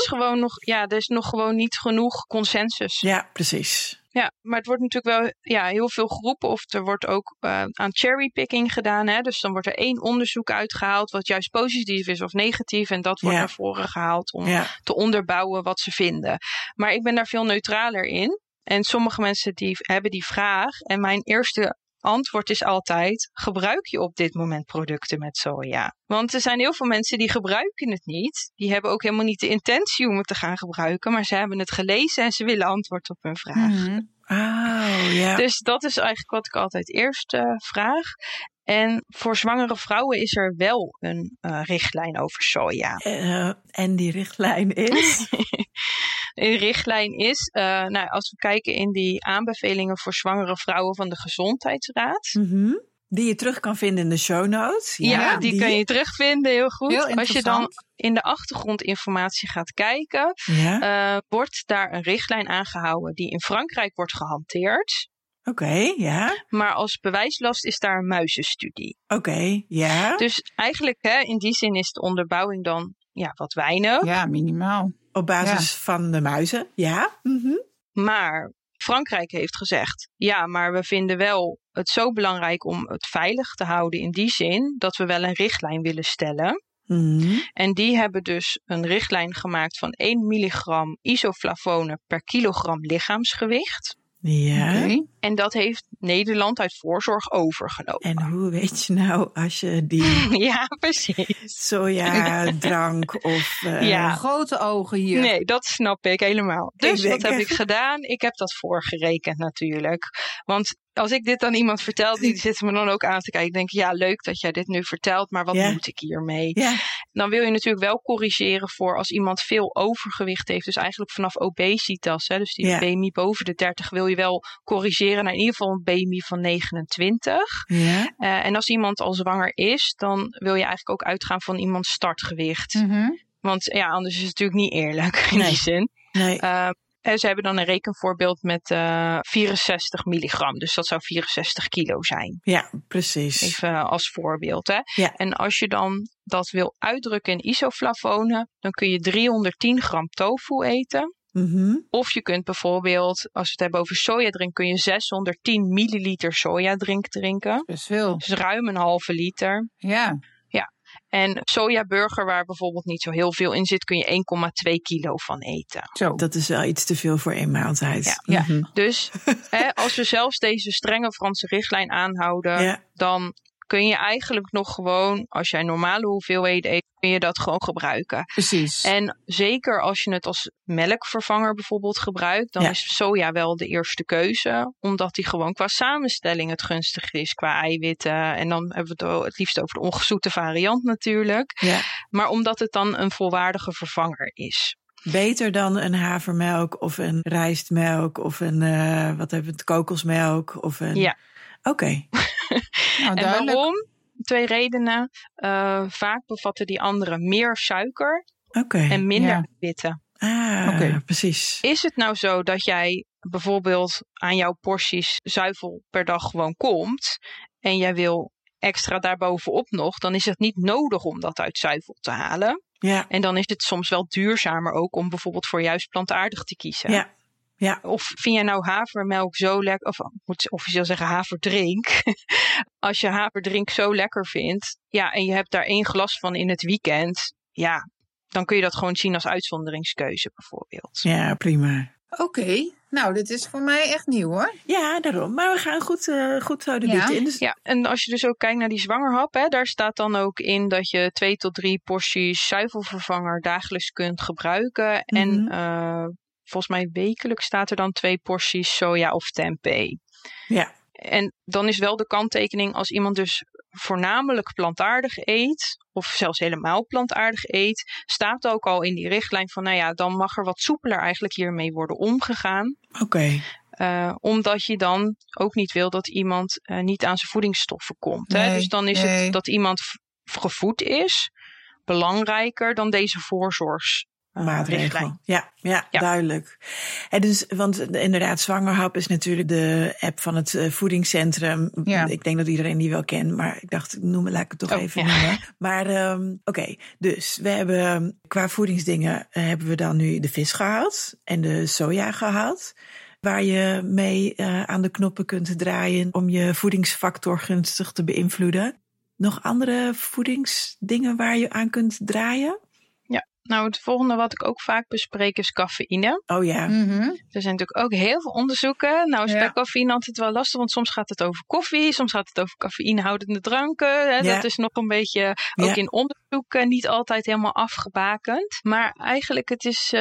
er is nog gewoon niet genoeg consensus. Ja, precies. Ja, maar het wordt natuurlijk wel heel veel geroepen. Of er wordt ook aan cherrypicking gedaan. Hè? Dus dan wordt er 1 onderzoek uitgehaald wat juist positief is of negatief. En dat wordt naar voren gehaald om te onderbouwen wat ze vinden. Maar ik ben daar veel neutraler in. En sommige mensen die hebben die vraag. En mijn eerste antwoord is altijd, gebruik je op dit moment producten met soja? Want er zijn heel veel mensen die gebruiken het niet. Die hebben ook helemaal niet de intentie om het te gaan gebruiken. Maar ze hebben het gelezen en ze willen antwoord op hun vraag. Mm-hmm. Oh, ja. Dus dat is eigenlijk wat ik altijd eerst vraag. En voor zwangere vrouwen is er wel een richtlijn over soja. En die richtlijn is? Een richtlijn is, als we kijken in die aanbevelingen voor zwangere vrouwen van de Gezondheidsraad. Mm-hmm. Die je terug kan vinden in de show notes. Ja, die kan je terugvinden, heel goed. Heel als je dan in de achtergrondinformatie gaat kijken, wordt daar een richtlijn aangehouden die in Frankrijk wordt gehanteerd. Oké, ja. Maar als bewijslast is daar een muizenstudie. Oké, ja. Dus eigenlijk in die zin is de onderbouwing dan wat weinig. Ja, minimaal. Op basis van de muizen, ja. Mm-hmm. Maar Frankrijk heeft gezegd, maar we vinden wel het zo belangrijk om het veilig te houden in die zin dat we wel een richtlijn willen stellen. Mm-hmm. En die hebben dus een richtlijn gemaakt van 1 milligram isoflavonen per kilogram lichaamsgewicht. Ja. Okay. En dat heeft Nederland uit voorzorg overgenomen. En hoe weet je nou als je die ja, precies. sojadrank of... Grote ogen hier. Nee, dat snap ik helemaal. Dus wat heb ik gedaan? Ik heb dat voorgerekend natuurlijk. Want als ik dit aan iemand vertel, die zit me dan ook aan te kijken. Denk ja, leuk dat jij dit nu vertelt, maar wat moet ik hiermee? Ja. Dan wil je natuurlijk wel corrigeren voor als iemand veel overgewicht heeft. Dus eigenlijk vanaf obesitas, hè, dus die BMI boven de 30, wil je wel corrigeren naar in ieder geval een BMI van 29. Ja. En als iemand al zwanger is, dan wil je eigenlijk ook uitgaan van iemands startgewicht. Mm-hmm. Want ja, anders is het natuurlijk niet eerlijk in die zin. Nee. En ze hebben dan een rekenvoorbeeld met 64 milligram. Dus dat zou 64 kilo zijn. Ja, precies. Even als voorbeeld. Hè? Ja. En als je dan dat wil uitdrukken in isoflavonen, dan kun je 310 gram tofu eten. Mm-hmm. Of je kunt bijvoorbeeld, als we het hebben over sojadrink, kun je 610 milliliter sojadrink drinken. Best veel. Dus ruim een halve liter. Ja. En sojaburger, waar bijvoorbeeld niet zo heel veel in zit, kun je 1,2 kilo van eten. Zo. Dat is wel iets te veel voor één maaltijd. Ja. Mm-hmm. Dus als we zelfs deze strenge Franse richtlijn aanhouden, dan kun je eigenlijk nog gewoon, als jij normale hoeveelheden eet, kun je dat gewoon gebruiken. Precies. En zeker als je het als melkvervanger bijvoorbeeld gebruikt, dan is soja wel de eerste keuze. Omdat die gewoon qua samenstelling het gunstigste is, qua eiwitten. En dan hebben we het liefst over de ongezoete variant natuurlijk. Ja. Maar omdat het dan een volwaardige vervanger is. Beter dan een havermelk of een rijstmelk of een, wat hebben we het, kokosmelk of een... Ja. Oké. Nou, en waarom? 2 redenen. Vaak bevatten die andere meer suiker en minder eiwitten. Precies. Is het nou zo dat jij bijvoorbeeld aan jouw porties zuivel per dag gewoon komt en jij wil extra daarbovenop nog, dan is het niet nodig om dat uit zuivel te halen. Ja. En dan is het soms wel duurzamer ook om bijvoorbeeld voor juist plantaardig te kiezen. Ja. Ja. Of vind jij nou havermelk zo lekker, of moet je officieel zeggen haverdrink. Als je haverdrink zo lekker vindt, en je hebt daar 1 glas van in het weekend, dan kun je dat gewoon zien als uitzonderingskeuze bijvoorbeeld. Ja, prima. Oké. Nou, dit is voor mij echt nieuw hoor. Ja, daarom. Maar we gaan goed zo de diepte in. Dus... Ja, en als je dus ook kijkt naar die zwangerhap, hè, daar staat dan ook in dat je 2 tot 3 porties zuivelvervanger dagelijks kunt gebruiken. Mm-hmm. En volgens mij wekelijks staat er dan 2 porties soja of tempeh. Ja. En dan is wel de kanttekening als iemand dus voornamelijk plantaardig eet, of zelfs helemaal plantaardig eet, staat ook al in die richtlijn van, dan mag er wat soepeler eigenlijk hiermee worden omgegaan. Oké. Omdat je dan ook niet wil dat iemand niet aan zijn voedingsstoffen komt. Nee, hè? Dus dan is het dat iemand gevoed is belangrijker dan deze maatregel. Ja, duidelijk. En dus, want inderdaad, Zwangerhap is natuurlijk de app van het voedingscentrum. Ja. Ik denk dat iedereen die wel kent, maar ik dacht, laat ik het toch even noemen. Maar oké, dus we hebben qua voedingsdingen hebben we dan nu de vis gehad en de soja gehad. Waar je mee aan de knoppen kunt draaien om je voedingsfactor gunstig te beïnvloeden. Nog andere voedingsdingen waar je aan kunt draaien? Nou, het volgende wat ik ook vaak bespreek is cafeïne. Oh ja. Mm-hmm. Er zijn natuurlijk ook heel veel onderzoeken. Nou is bij cafeïne altijd wel lastig, want soms gaat het over koffie, soms gaat het over cafeïnehoudende dranken. Hè. Ja. Dat is nog een beetje, ook in onderzoek, niet altijd helemaal afgebakend. Maar eigenlijk het is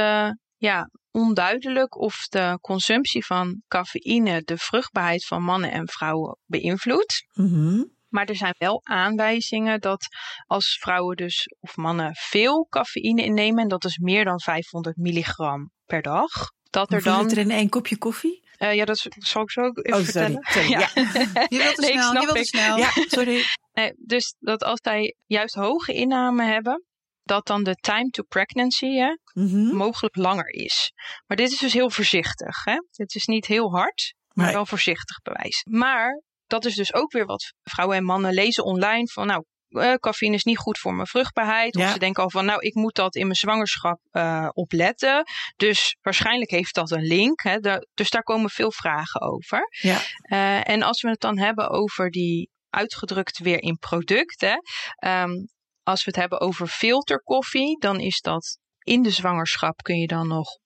onduidelijk of de consumptie van cafeïne de vruchtbaarheid van mannen en vrouwen beïnvloedt. Mm-hmm. Maar er zijn wel aanwijzingen dat als vrouwen dus of mannen veel cafeïne innemen, en dat is meer dan 500 milligram per dag, dat er dan... Zit er in 1 kopje koffie? Dat zal ik zo ook even vertellen. Sorry. Ja. Je wilt te snel. Ja, sorry. Dus dat als zij juist hoge inname hebben, dat dan de time to pregnancy mogelijk langer is. Maar dit is dus heel voorzichtig. Hè? Dit is niet heel hard, maar wel voorzichtig bewijs. Maar dat is dus ook weer wat vrouwen en mannen lezen online van cafeïne is niet goed voor mijn vruchtbaarheid. Of ze denken al van ik moet dat in mijn zwangerschap opletten. Dus waarschijnlijk heeft dat een link. Hè? Dus daar komen veel vragen over. Ja. En als we het dan hebben over die uitgedrukt weer in producten. Als we het hebben over filterkoffie, dan is dat in de zwangerschap kun je dan nog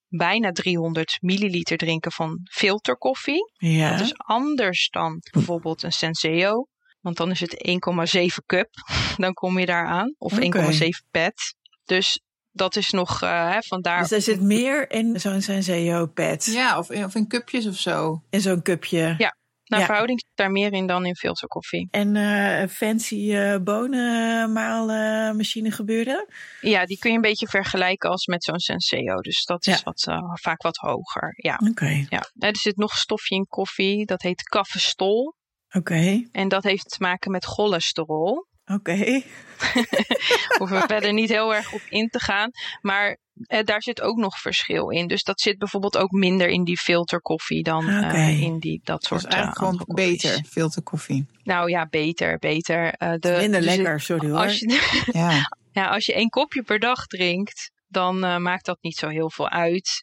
bijna 300 milliliter drinken van filterkoffie. Ja. Dat is anders dan bijvoorbeeld een Senseo. Want dan is het 1,7 cup. Dan kom je daar aan. Of 1,7 pet. Dus dat is nog vandaar. Dus er zit meer in zo'n Senseo pet. Ja, of in cupjes of zo. In zo'n cupje. Ja. Naar verhouding zit daar meer in dan in filterkoffie. En fancy bonenmaalmachine gebeuren? Ja, die kun je een beetje vergelijken als met zo'n Senseo. Dus dat is vaak wat hoger. Ja. Oké. Ja. Er zit nog een stofje in koffie. Dat heet cafestol. Oké. En dat heeft te maken met cholesterol. Oké. Hoeven we verder niet heel erg op in te gaan. Maar daar zit ook nog verschil in. Dus dat zit bijvoorbeeld ook minder in die filterkoffie dan in dat soort dus eigenlijk gewoon koffies. beter, filterkoffie. Nou ja, beter. Minder lekker, sorry hoor. Als je 1 kopje per dag drinkt, dan maakt dat niet zo heel veel uit.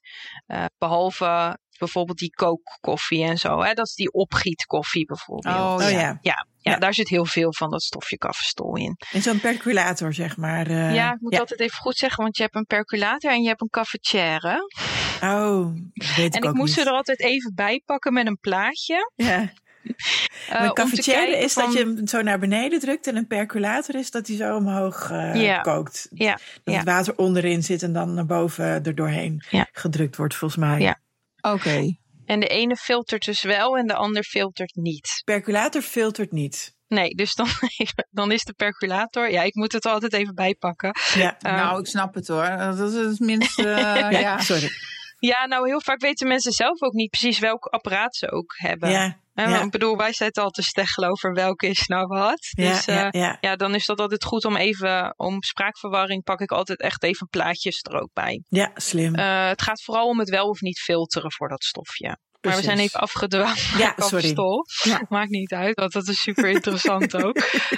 Behalve bijvoorbeeld die kookkoffie en zo. Dat is die opgietkoffie bijvoorbeeld. Ja, daar zit heel veel van dat stofje cafestol in. En zo'n percolator, zeg maar. Ik moet altijd even goed zeggen, want je hebt een percolator en je hebt een cafetière. Oh, dat weet ik moest ze er altijd even bij pakken met een plaatje. Ja. Een cafetière is dat je hem zo naar beneden drukt en een percolator is dat hij zo omhoog kookt. Ja. Dat het water onderin zit en dan naar boven er doorheen gedrukt wordt, volgens mij. Ja. Oké. En de ene filtert dus wel en de ander filtert niet. Percolator filtert niet. Nee, dus dan is de percolator... Ja, ik moet het altijd even bijpakken. Ja. Nou, ik snap het hoor. Dat is minstens... Sorry. Ja, nou heel vaak weten mensen zelf ook niet precies welk apparaat ze ook hebben. Ik bedoel, wij zijn het al te steggelen over welke is nou wat. Dus dan is dat altijd goed om spraakverwarring pak ik altijd echt even plaatjes er ook bij. Ja, slim. Het gaat vooral om het wel of niet filteren voor dat stofje. Maar we zijn even afgedwaald. Ja, sorry. Ja. Maakt niet uit, want dat is super interessant ook.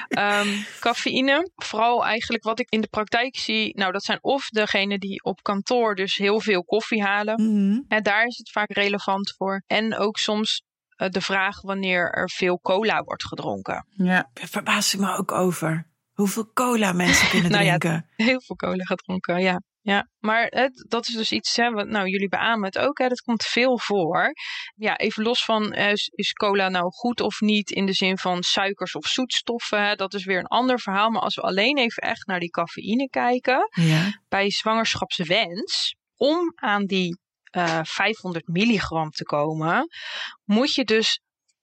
Cafeïne, vooral eigenlijk wat ik in de praktijk zie. Nou, dat zijn of degenen die op kantoor dus heel veel koffie halen. Mm-hmm. En daar is het vaak relevant voor. En ook soms de vraag wanneer er veel cola wordt gedronken. Ja, daar verbaas ik me ook over. Hoeveel cola mensen kunnen drinken. Ja, heel veel cola gedronken, ja. Ja, maar dat is dus iets, jullie beamen het ook, dat komt veel voor. Ja, even los van, is cola nou goed of niet in de zin van suikers of zoetstoffen, dat is weer een ander verhaal. Maar als we alleen even echt naar die cafeïne kijken, bij zwangerschapswens, om aan die 500 milligram te komen, moet je dus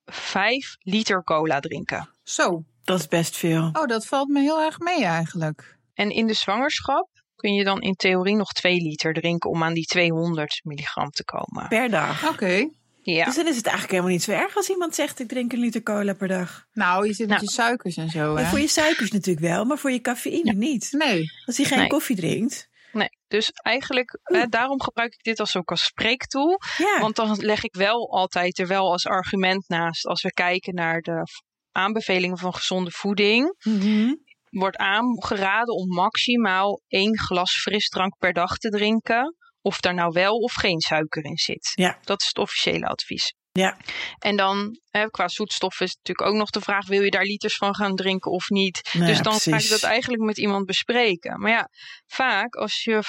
5 liter cola drinken. Zo. Dat is best veel. Oh, dat valt me heel erg mee eigenlijk. En in de zwangerschap kun je dan in theorie nog 2 liter drinken om aan die 200 milligram te komen. Per dag? Oké. Ja. Dus dan is het eigenlijk helemaal niet zo erg als iemand zegt ik drink 1 liter cola per dag. Nou, je zit met je suikers en zo. Ja, voor je suikers natuurlijk wel, maar voor je cafeïne niet. Nee. Als hij geen koffie drinkt. Nee, dus eigenlijk daarom gebruik ik dit ook als spreektool. Ja. Want dan leg ik wel altijd er wel als argument naast. Als we kijken naar de aanbevelingen van gezonde voeding. Mm-hmm. Wordt aangeraden om maximaal 1 glas frisdrank per dag te drinken. Of daar nou wel of geen suiker in zit. Ja. Dat is het officiële advies. Ja. En dan qua zoetstoffen is natuurlijk ook nog de vraag, wil je daar liters van gaan drinken of niet? Nee, dus dan precies. ga je dat eigenlijk met iemand bespreken. Maar ja, vaak als je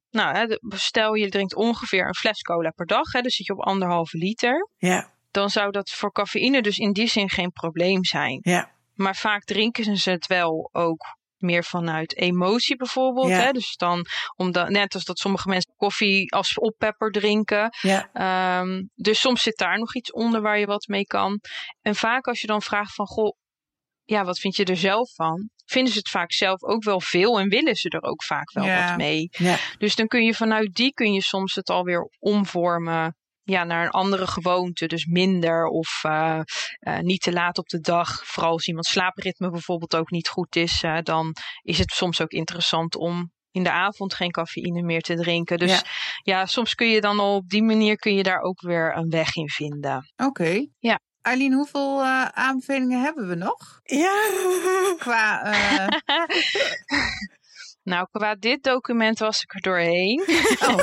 stel je drinkt ongeveer een fles cola per dag, dan zit je op 1,5 liter. Ja. Dan zou dat voor cafeïne dus in die zin geen probleem zijn. Ja. Maar vaak drinken ze het wel ook meer vanuit emotie bijvoorbeeld. Ja. Dus dan, net als dat sommige mensen koffie als oppepper drinken. Ja. Dus soms zit daar nog iets onder waar je wat mee kan. En vaak als je dan vraagt van, goh, wat vind je er zelf van? Vinden ze het vaak zelf ook wel veel en willen ze er ook vaak wel wat mee. Ja. Dus dan kun je vanuit die soms het alweer omvormen. Ja, naar een andere gewoonte. Dus minder of niet te laat op de dag. Vooral als iemands slaapritme bijvoorbeeld ook niet goed is. Dan is het soms ook interessant om in de avond geen cafeïne meer te drinken. Dus soms kun je dan al op die manier kun je daar ook weer een weg in vinden. Oké. Ja. Eileen, hoeveel aanbevelingen hebben we nog? Ja. Qua... Nou, qua dit document was ik er doorheen. Oh.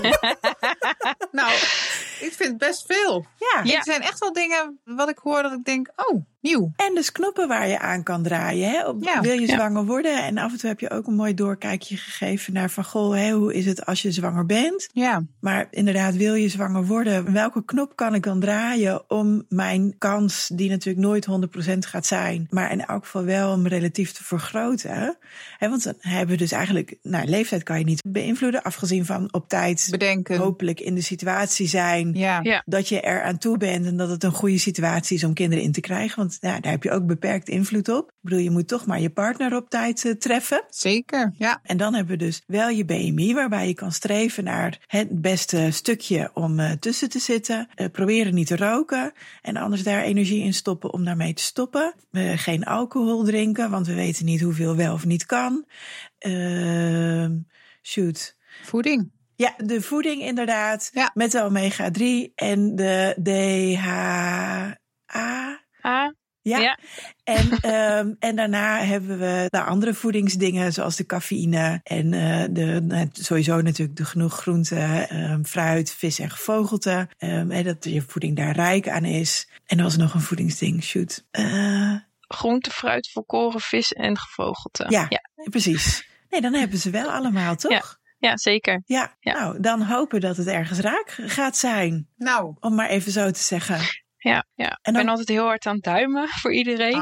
Nou, ik vind best veel. Ja. Er zijn echt wel dingen wat ik hoor dat ik denk, Nieuw. En dus knoppen waar je aan kan draaien. Hè? Wil je zwanger worden? En af en toe heb je ook een mooi doorkijkje gegeven naar van... hoe is het als je zwanger bent? Ja. Maar inderdaad, wil je zwanger worden? Welke knop kan ik dan draaien om mijn kans, die natuurlijk nooit 100% gaat zijn... maar in elk geval wel om relatief te vergroten? Want dan hebben we dus eigenlijk... leeftijd kan je niet beïnvloeden, afgezien van op tijd... bedenken. Hopelijk in de situatie zijn dat je er aan toe bent... en dat het een goede situatie is om kinderen in te krijgen. Want daar heb je ook beperkt invloed op. Ik bedoel, je moet toch maar je partner op tijd treffen. Zeker, ja. En dan hebben we dus wel je BMI, waarbij je kan streven naar het beste stukje om tussen te zitten. Proberen niet te roken en anders daar energie in stoppen om daarmee te stoppen. Geen alcohol drinken, want we weten niet hoeveel wel of niet kan. Voeding. Ja, de voeding inderdaad. Ja. Met de omega-3 en de DHA. Ja. En daarna hebben we de andere voedingsdingen zoals de cafeïne en sowieso natuurlijk de genoeg groente, fruit, vis en gevogelte. Dat je voeding daar rijk aan is. En er was nog een voedingsding, Groente, fruit, volkoren, vis en gevogelte. Ja, precies. Nee, dan hebben ze wel allemaal, toch? Ja, zeker. Ja, nou, dan hopen dat het ergens raak gaat zijn. Nou. Om maar even zo te zeggen. Ja. Ik ben altijd heel hard aan het duimen voor iedereen.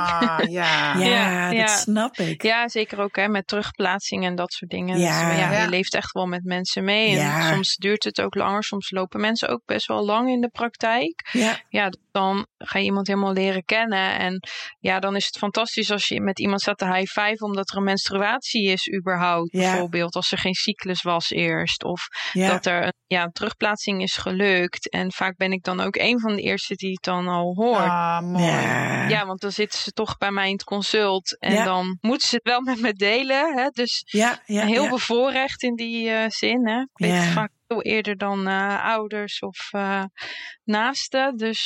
Dat snap ik. Ja, zeker ook met terugplaatsing en dat soort dingen. Ja. Dus, je leeft echt wel met mensen mee. En soms duurt het ook langer. Soms lopen mensen ook best wel lang in de praktijk. Ja, dan ga je iemand helemaal leren kennen. En dan is het fantastisch als je met iemand staat te high-five omdat er een menstruatie is überhaupt. Bijvoorbeeld als er geen cyclus was eerst. Of dat er een terugplaatsing is gelukt. En vaak ben ik dan ook een van de eerste die het dan al hoort. Ah, mooi. Ja, want dan zitten ze toch bij mij in het consult. En dan moeten ze het wel met me delen. Hè? Dus heel bevoorrecht in die zin. Hè? Ik weet het vaak veel eerder dan ouders of naasten. Dus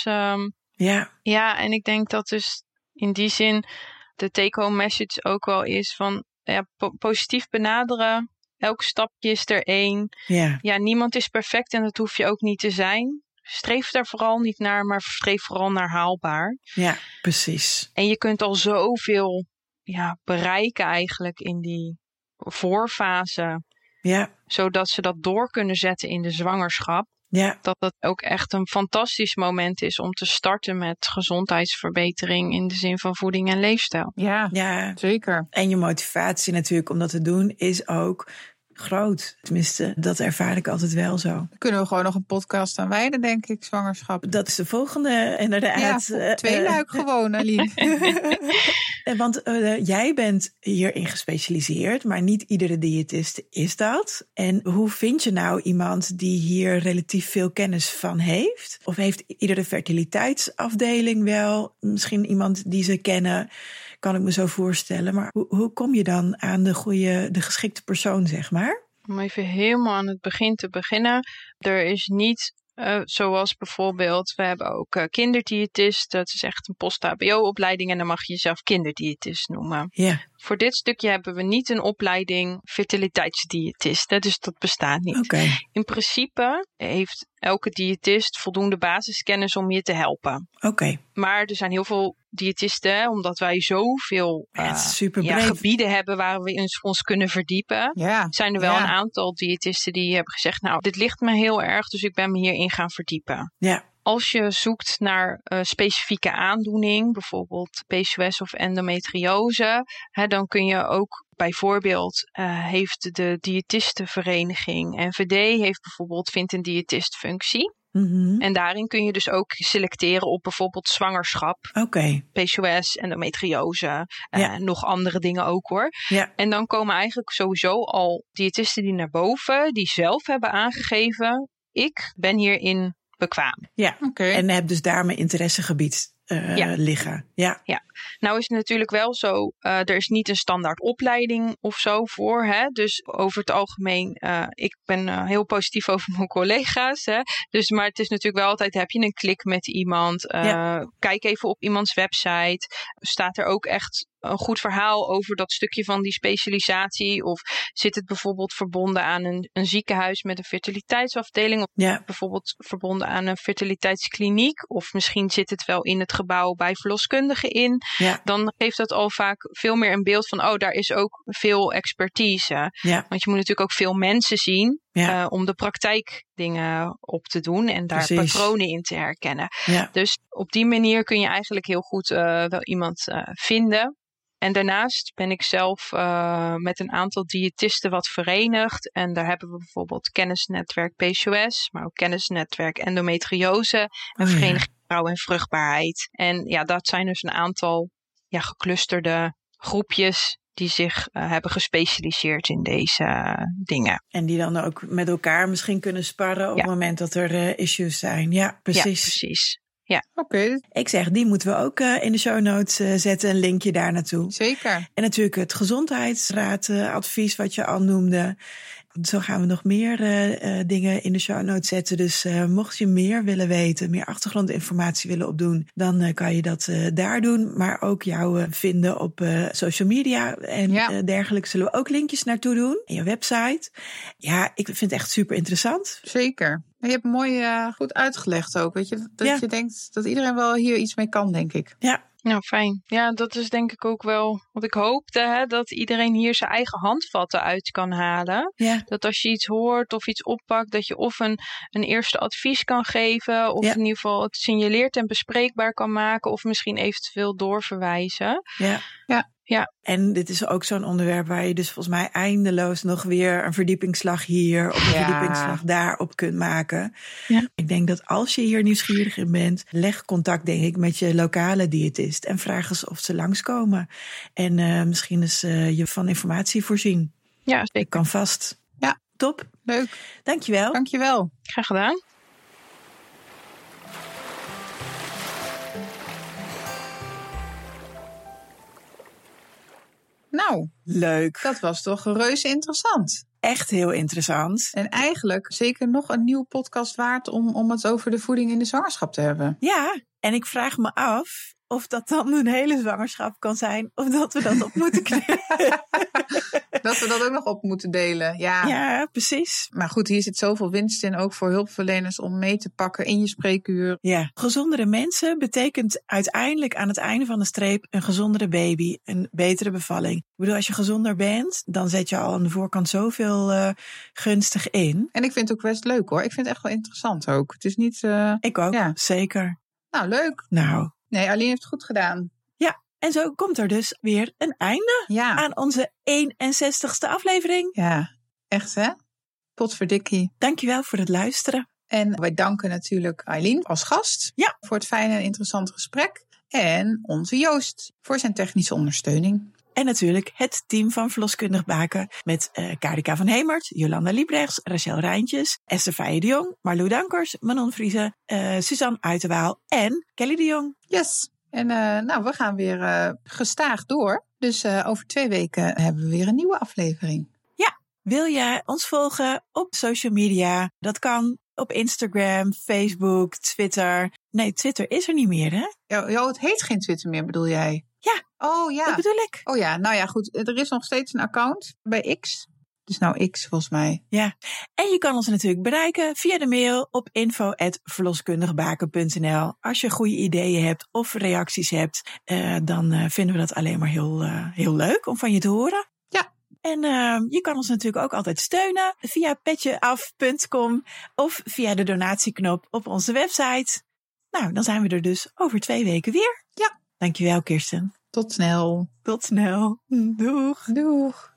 en ik denk dat dus in die zin de take-home message ook wel is van positief benaderen. Elk stapje is er één. Ja, niemand is perfect en dat hoef je ook niet te zijn. Streef daar vooral niet naar, maar streef vooral naar haalbaar. Ja, precies. En je kunt al zoveel bereiken eigenlijk in die voorfase. Ja. Zodat ze dat door kunnen zetten in de zwangerschap. Ja. Dat dat ook echt een fantastisch moment is om te starten met gezondheidsverbetering in de zin van voeding en leefstijl. Ja, zeker. En je motivatie natuurlijk om dat te doen is ook groot. Tenminste, dat ervaar ik altijd wel zo. Dan kunnen we gewoon nog een podcast aan wijden, denk ik, zwangerschap. Dat is de volgende, inderdaad. Ja, tweeluik gewoon, Aline. Want jij bent hierin gespecialiseerd, maar niet iedere diëtist is dat. En hoe vind je nou iemand die hier relatief veel kennis van heeft? Of heeft iedere fertiliteitsafdeling wel misschien iemand die ze kennen? Kan ik me zo voorstellen. Maar hoe kom je dan aan de geschikte persoon, zeg maar? Om even helemaal aan het begin te beginnen. Er is niet zoals bijvoorbeeld, we hebben ook kinderdiëtist. Dat is echt een post-HBO-opleiding en dan mag je jezelf kinderdiëtist noemen. Yeah. Voor dit stukje hebben we niet een opleiding fertiliteitsdiëtist. Dus dat bestaat niet. Okay. In principe heeft elke diëtist voldoende basiskennis om je te helpen. Okay. Maar er zijn heel veel diëtisten, omdat wij zoveel gebieden hebben waar we ons kunnen verdiepen. Zijn er wel een aantal diëtisten die hebben gezegd, nou, dit ligt me heel erg, dus ik ben me hierin gaan verdiepen. Ja. Als je zoekt naar specifieke aandoening, bijvoorbeeld PCOS of endometriose, dan kun je ook bijvoorbeeld heeft de diëtistenvereniging NVD vindt een diëtistfunctie. Mm-hmm. En daarin kun je dus ook selecteren op bijvoorbeeld zwangerschap, PCOS, endometriose, nog andere dingen ook hoor. Ja. En dan komen eigenlijk sowieso al diëtisten die naar boven, die zelf hebben aangegeven, ik ben hierin bekwaam. Ja, en heb dus daar mijn interessegebied liggen. Ja. Nou is het natuurlijk wel zo, er is niet een standaard opleiding of zo voor. Hè? Dus over het algemeen, ik ben heel positief over mijn collega's. Hè? Dus, maar het is natuurlijk wel altijd, heb je een klik met iemand? Kijk even op iemands website. Staat er ook echt een goed verhaal over dat stukje van die specialisatie? Of zit het bijvoorbeeld verbonden aan een ziekenhuis met een fertiliteitsafdeling? Of bijvoorbeeld verbonden aan een fertiliteitskliniek? Of misschien zit het wel in het gebouw bij verloskundigen in. Ja. Dan geeft dat al vaak veel meer een beeld van, daar is ook veel expertise. Ja. Want je moet natuurlijk ook veel mensen zien om de praktijkdingen op te doen en daar patronen in te herkennen. Ja. Dus op die manier kun je eigenlijk heel goed wel iemand vinden. En daarnaast ben ik zelf met een aantal diëtisten wat verenigd. En daar hebben we bijvoorbeeld kennisnetwerk PCOS, maar ook kennisnetwerk endometriose en Vereniging Vrouw en Vruchtbaarheid. En dat zijn dus een aantal geclusterde groepjes die zich hebben gespecialiseerd in deze dingen. En die dan ook met elkaar misschien kunnen sparren op het moment dat er issues zijn. Ja, precies. Ja, precies. Ja. Oké. Ik zeg, die moeten we ook in de show notes zetten, een linkje daar naartoe. Zeker. En natuurlijk het gezondheidsraadadvies wat je al noemde. Zo gaan we nog meer dingen in de show notes zetten. Dus mocht je meer willen weten, meer achtergrondinformatie willen opdoen, dan kan je dat daar doen. Maar ook jou vinden op social media en dergelijke zullen we ook linkjes naartoe doen. En je website. Ja, ik vind het echt super interessant. Zeker. Je hebt mooi goed uitgelegd ook. Weet je, dat je denkt dat iedereen wel hier iets mee kan, denk ik. Ja. Nou, fijn. Ja, dat is denk ik ook wel wat ik hoopte. Hè? Dat iedereen hier zijn eigen handvatten uit kan halen. Ja. Dat als je iets hoort of iets oppakt, dat je of een eerste advies kan geven. Of in ieder geval het signaleert en bespreekbaar kan maken. Of misschien eventueel doorverwijzen. Ja. Ja. Ja. En dit is ook zo'n onderwerp waar je dus volgens mij eindeloos nog weer een verdiepingsslag hier of een verdiepingsslag daar op kunt maken. Ja. Ik denk dat als je hier nieuwsgierig in bent, leg contact denk ik met je lokale diëtist en vraag eens of ze langskomen. En misschien eens je van informatie voorzien. Ja, zeker. Ik kan vast. Ja. Top. Leuk. Dankjewel. Dankjewel. Graag gedaan. Nou, leuk. Dat was toch reuze interessant. Echt heel interessant. En eigenlijk zeker nog een nieuwe podcast waard om het over de voeding in de zwangerschap te hebben. Ja, en ik vraag me af of dat dan een hele zwangerschap kan zijn of dat we dat op moeten knippen. Dat we dat ook nog op moeten delen. Ja, precies. Maar goed, hier zit zoveel winst in, ook voor hulpverleners, om mee te pakken in je spreekuur. Ja, gezondere mensen betekent uiteindelijk aan het einde van de streep een gezondere baby, een betere bevalling. Ik bedoel, als je gezonder bent, dan zet je al aan de voorkant zoveel gunstig in. En ik vind het ook best leuk hoor. Ik vind het echt wel interessant ook. Het is niet... Ik ook, zeker. Nou, leuk. Nou. Nee, Aline heeft het goed gedaan. Ja, en zo komt er dus weer een einde aan onze 61ste aflevering. Ja, echt hè? Potverdikkie. Dankjewel voor het luisteren. En wij danken natuurlijk Aileen als gast voor het fijne en interessante gesprek. En onze Joost voor zijn technische ondersteuning. En natuurlijk het team van Verloskundig Baken met Karika van Hemert, Jolanda Liebrechts, Rachel Rijntjes, Esther Feijen de Jong, Marlou Dankers, Manon Vriese, Suzanne Uiterwaal en Kelly de Jong. Yes. En we gaan weer gestaag door. Dus over 2 weken hebben we weer een nieuwe aflevering. Ja, wil jij ons volgen op social media? Dat kan op Instagram, Facebook, Twitter. Nee, Twitter is er niet meer, hè? Ja, het heet geen Twitter meer, bedoel jij? Ja, oh, ja, dat bedoel ik. Oh ja, nou ja, goed. Er is nog steeds een account bij X. Dus nou X volgens mij. Ja, en je kan ons natuurlijk bereiken via de mail op info@verloskundigbaken.nl. Als je goede ideeën hebt of reacties hebt, dan vinden we dat alleen maar heel leuk om van je te horen. Ja. En je kan ons natuurlijk ook altijd steunen via petjeaf.com of via de donatieknop op onze website. Nou, dan zijn we er dus over 2 weken weer. Ja. Dankjewel, Kirsten. Tot snel. Tot snel. Doeg. Doeg.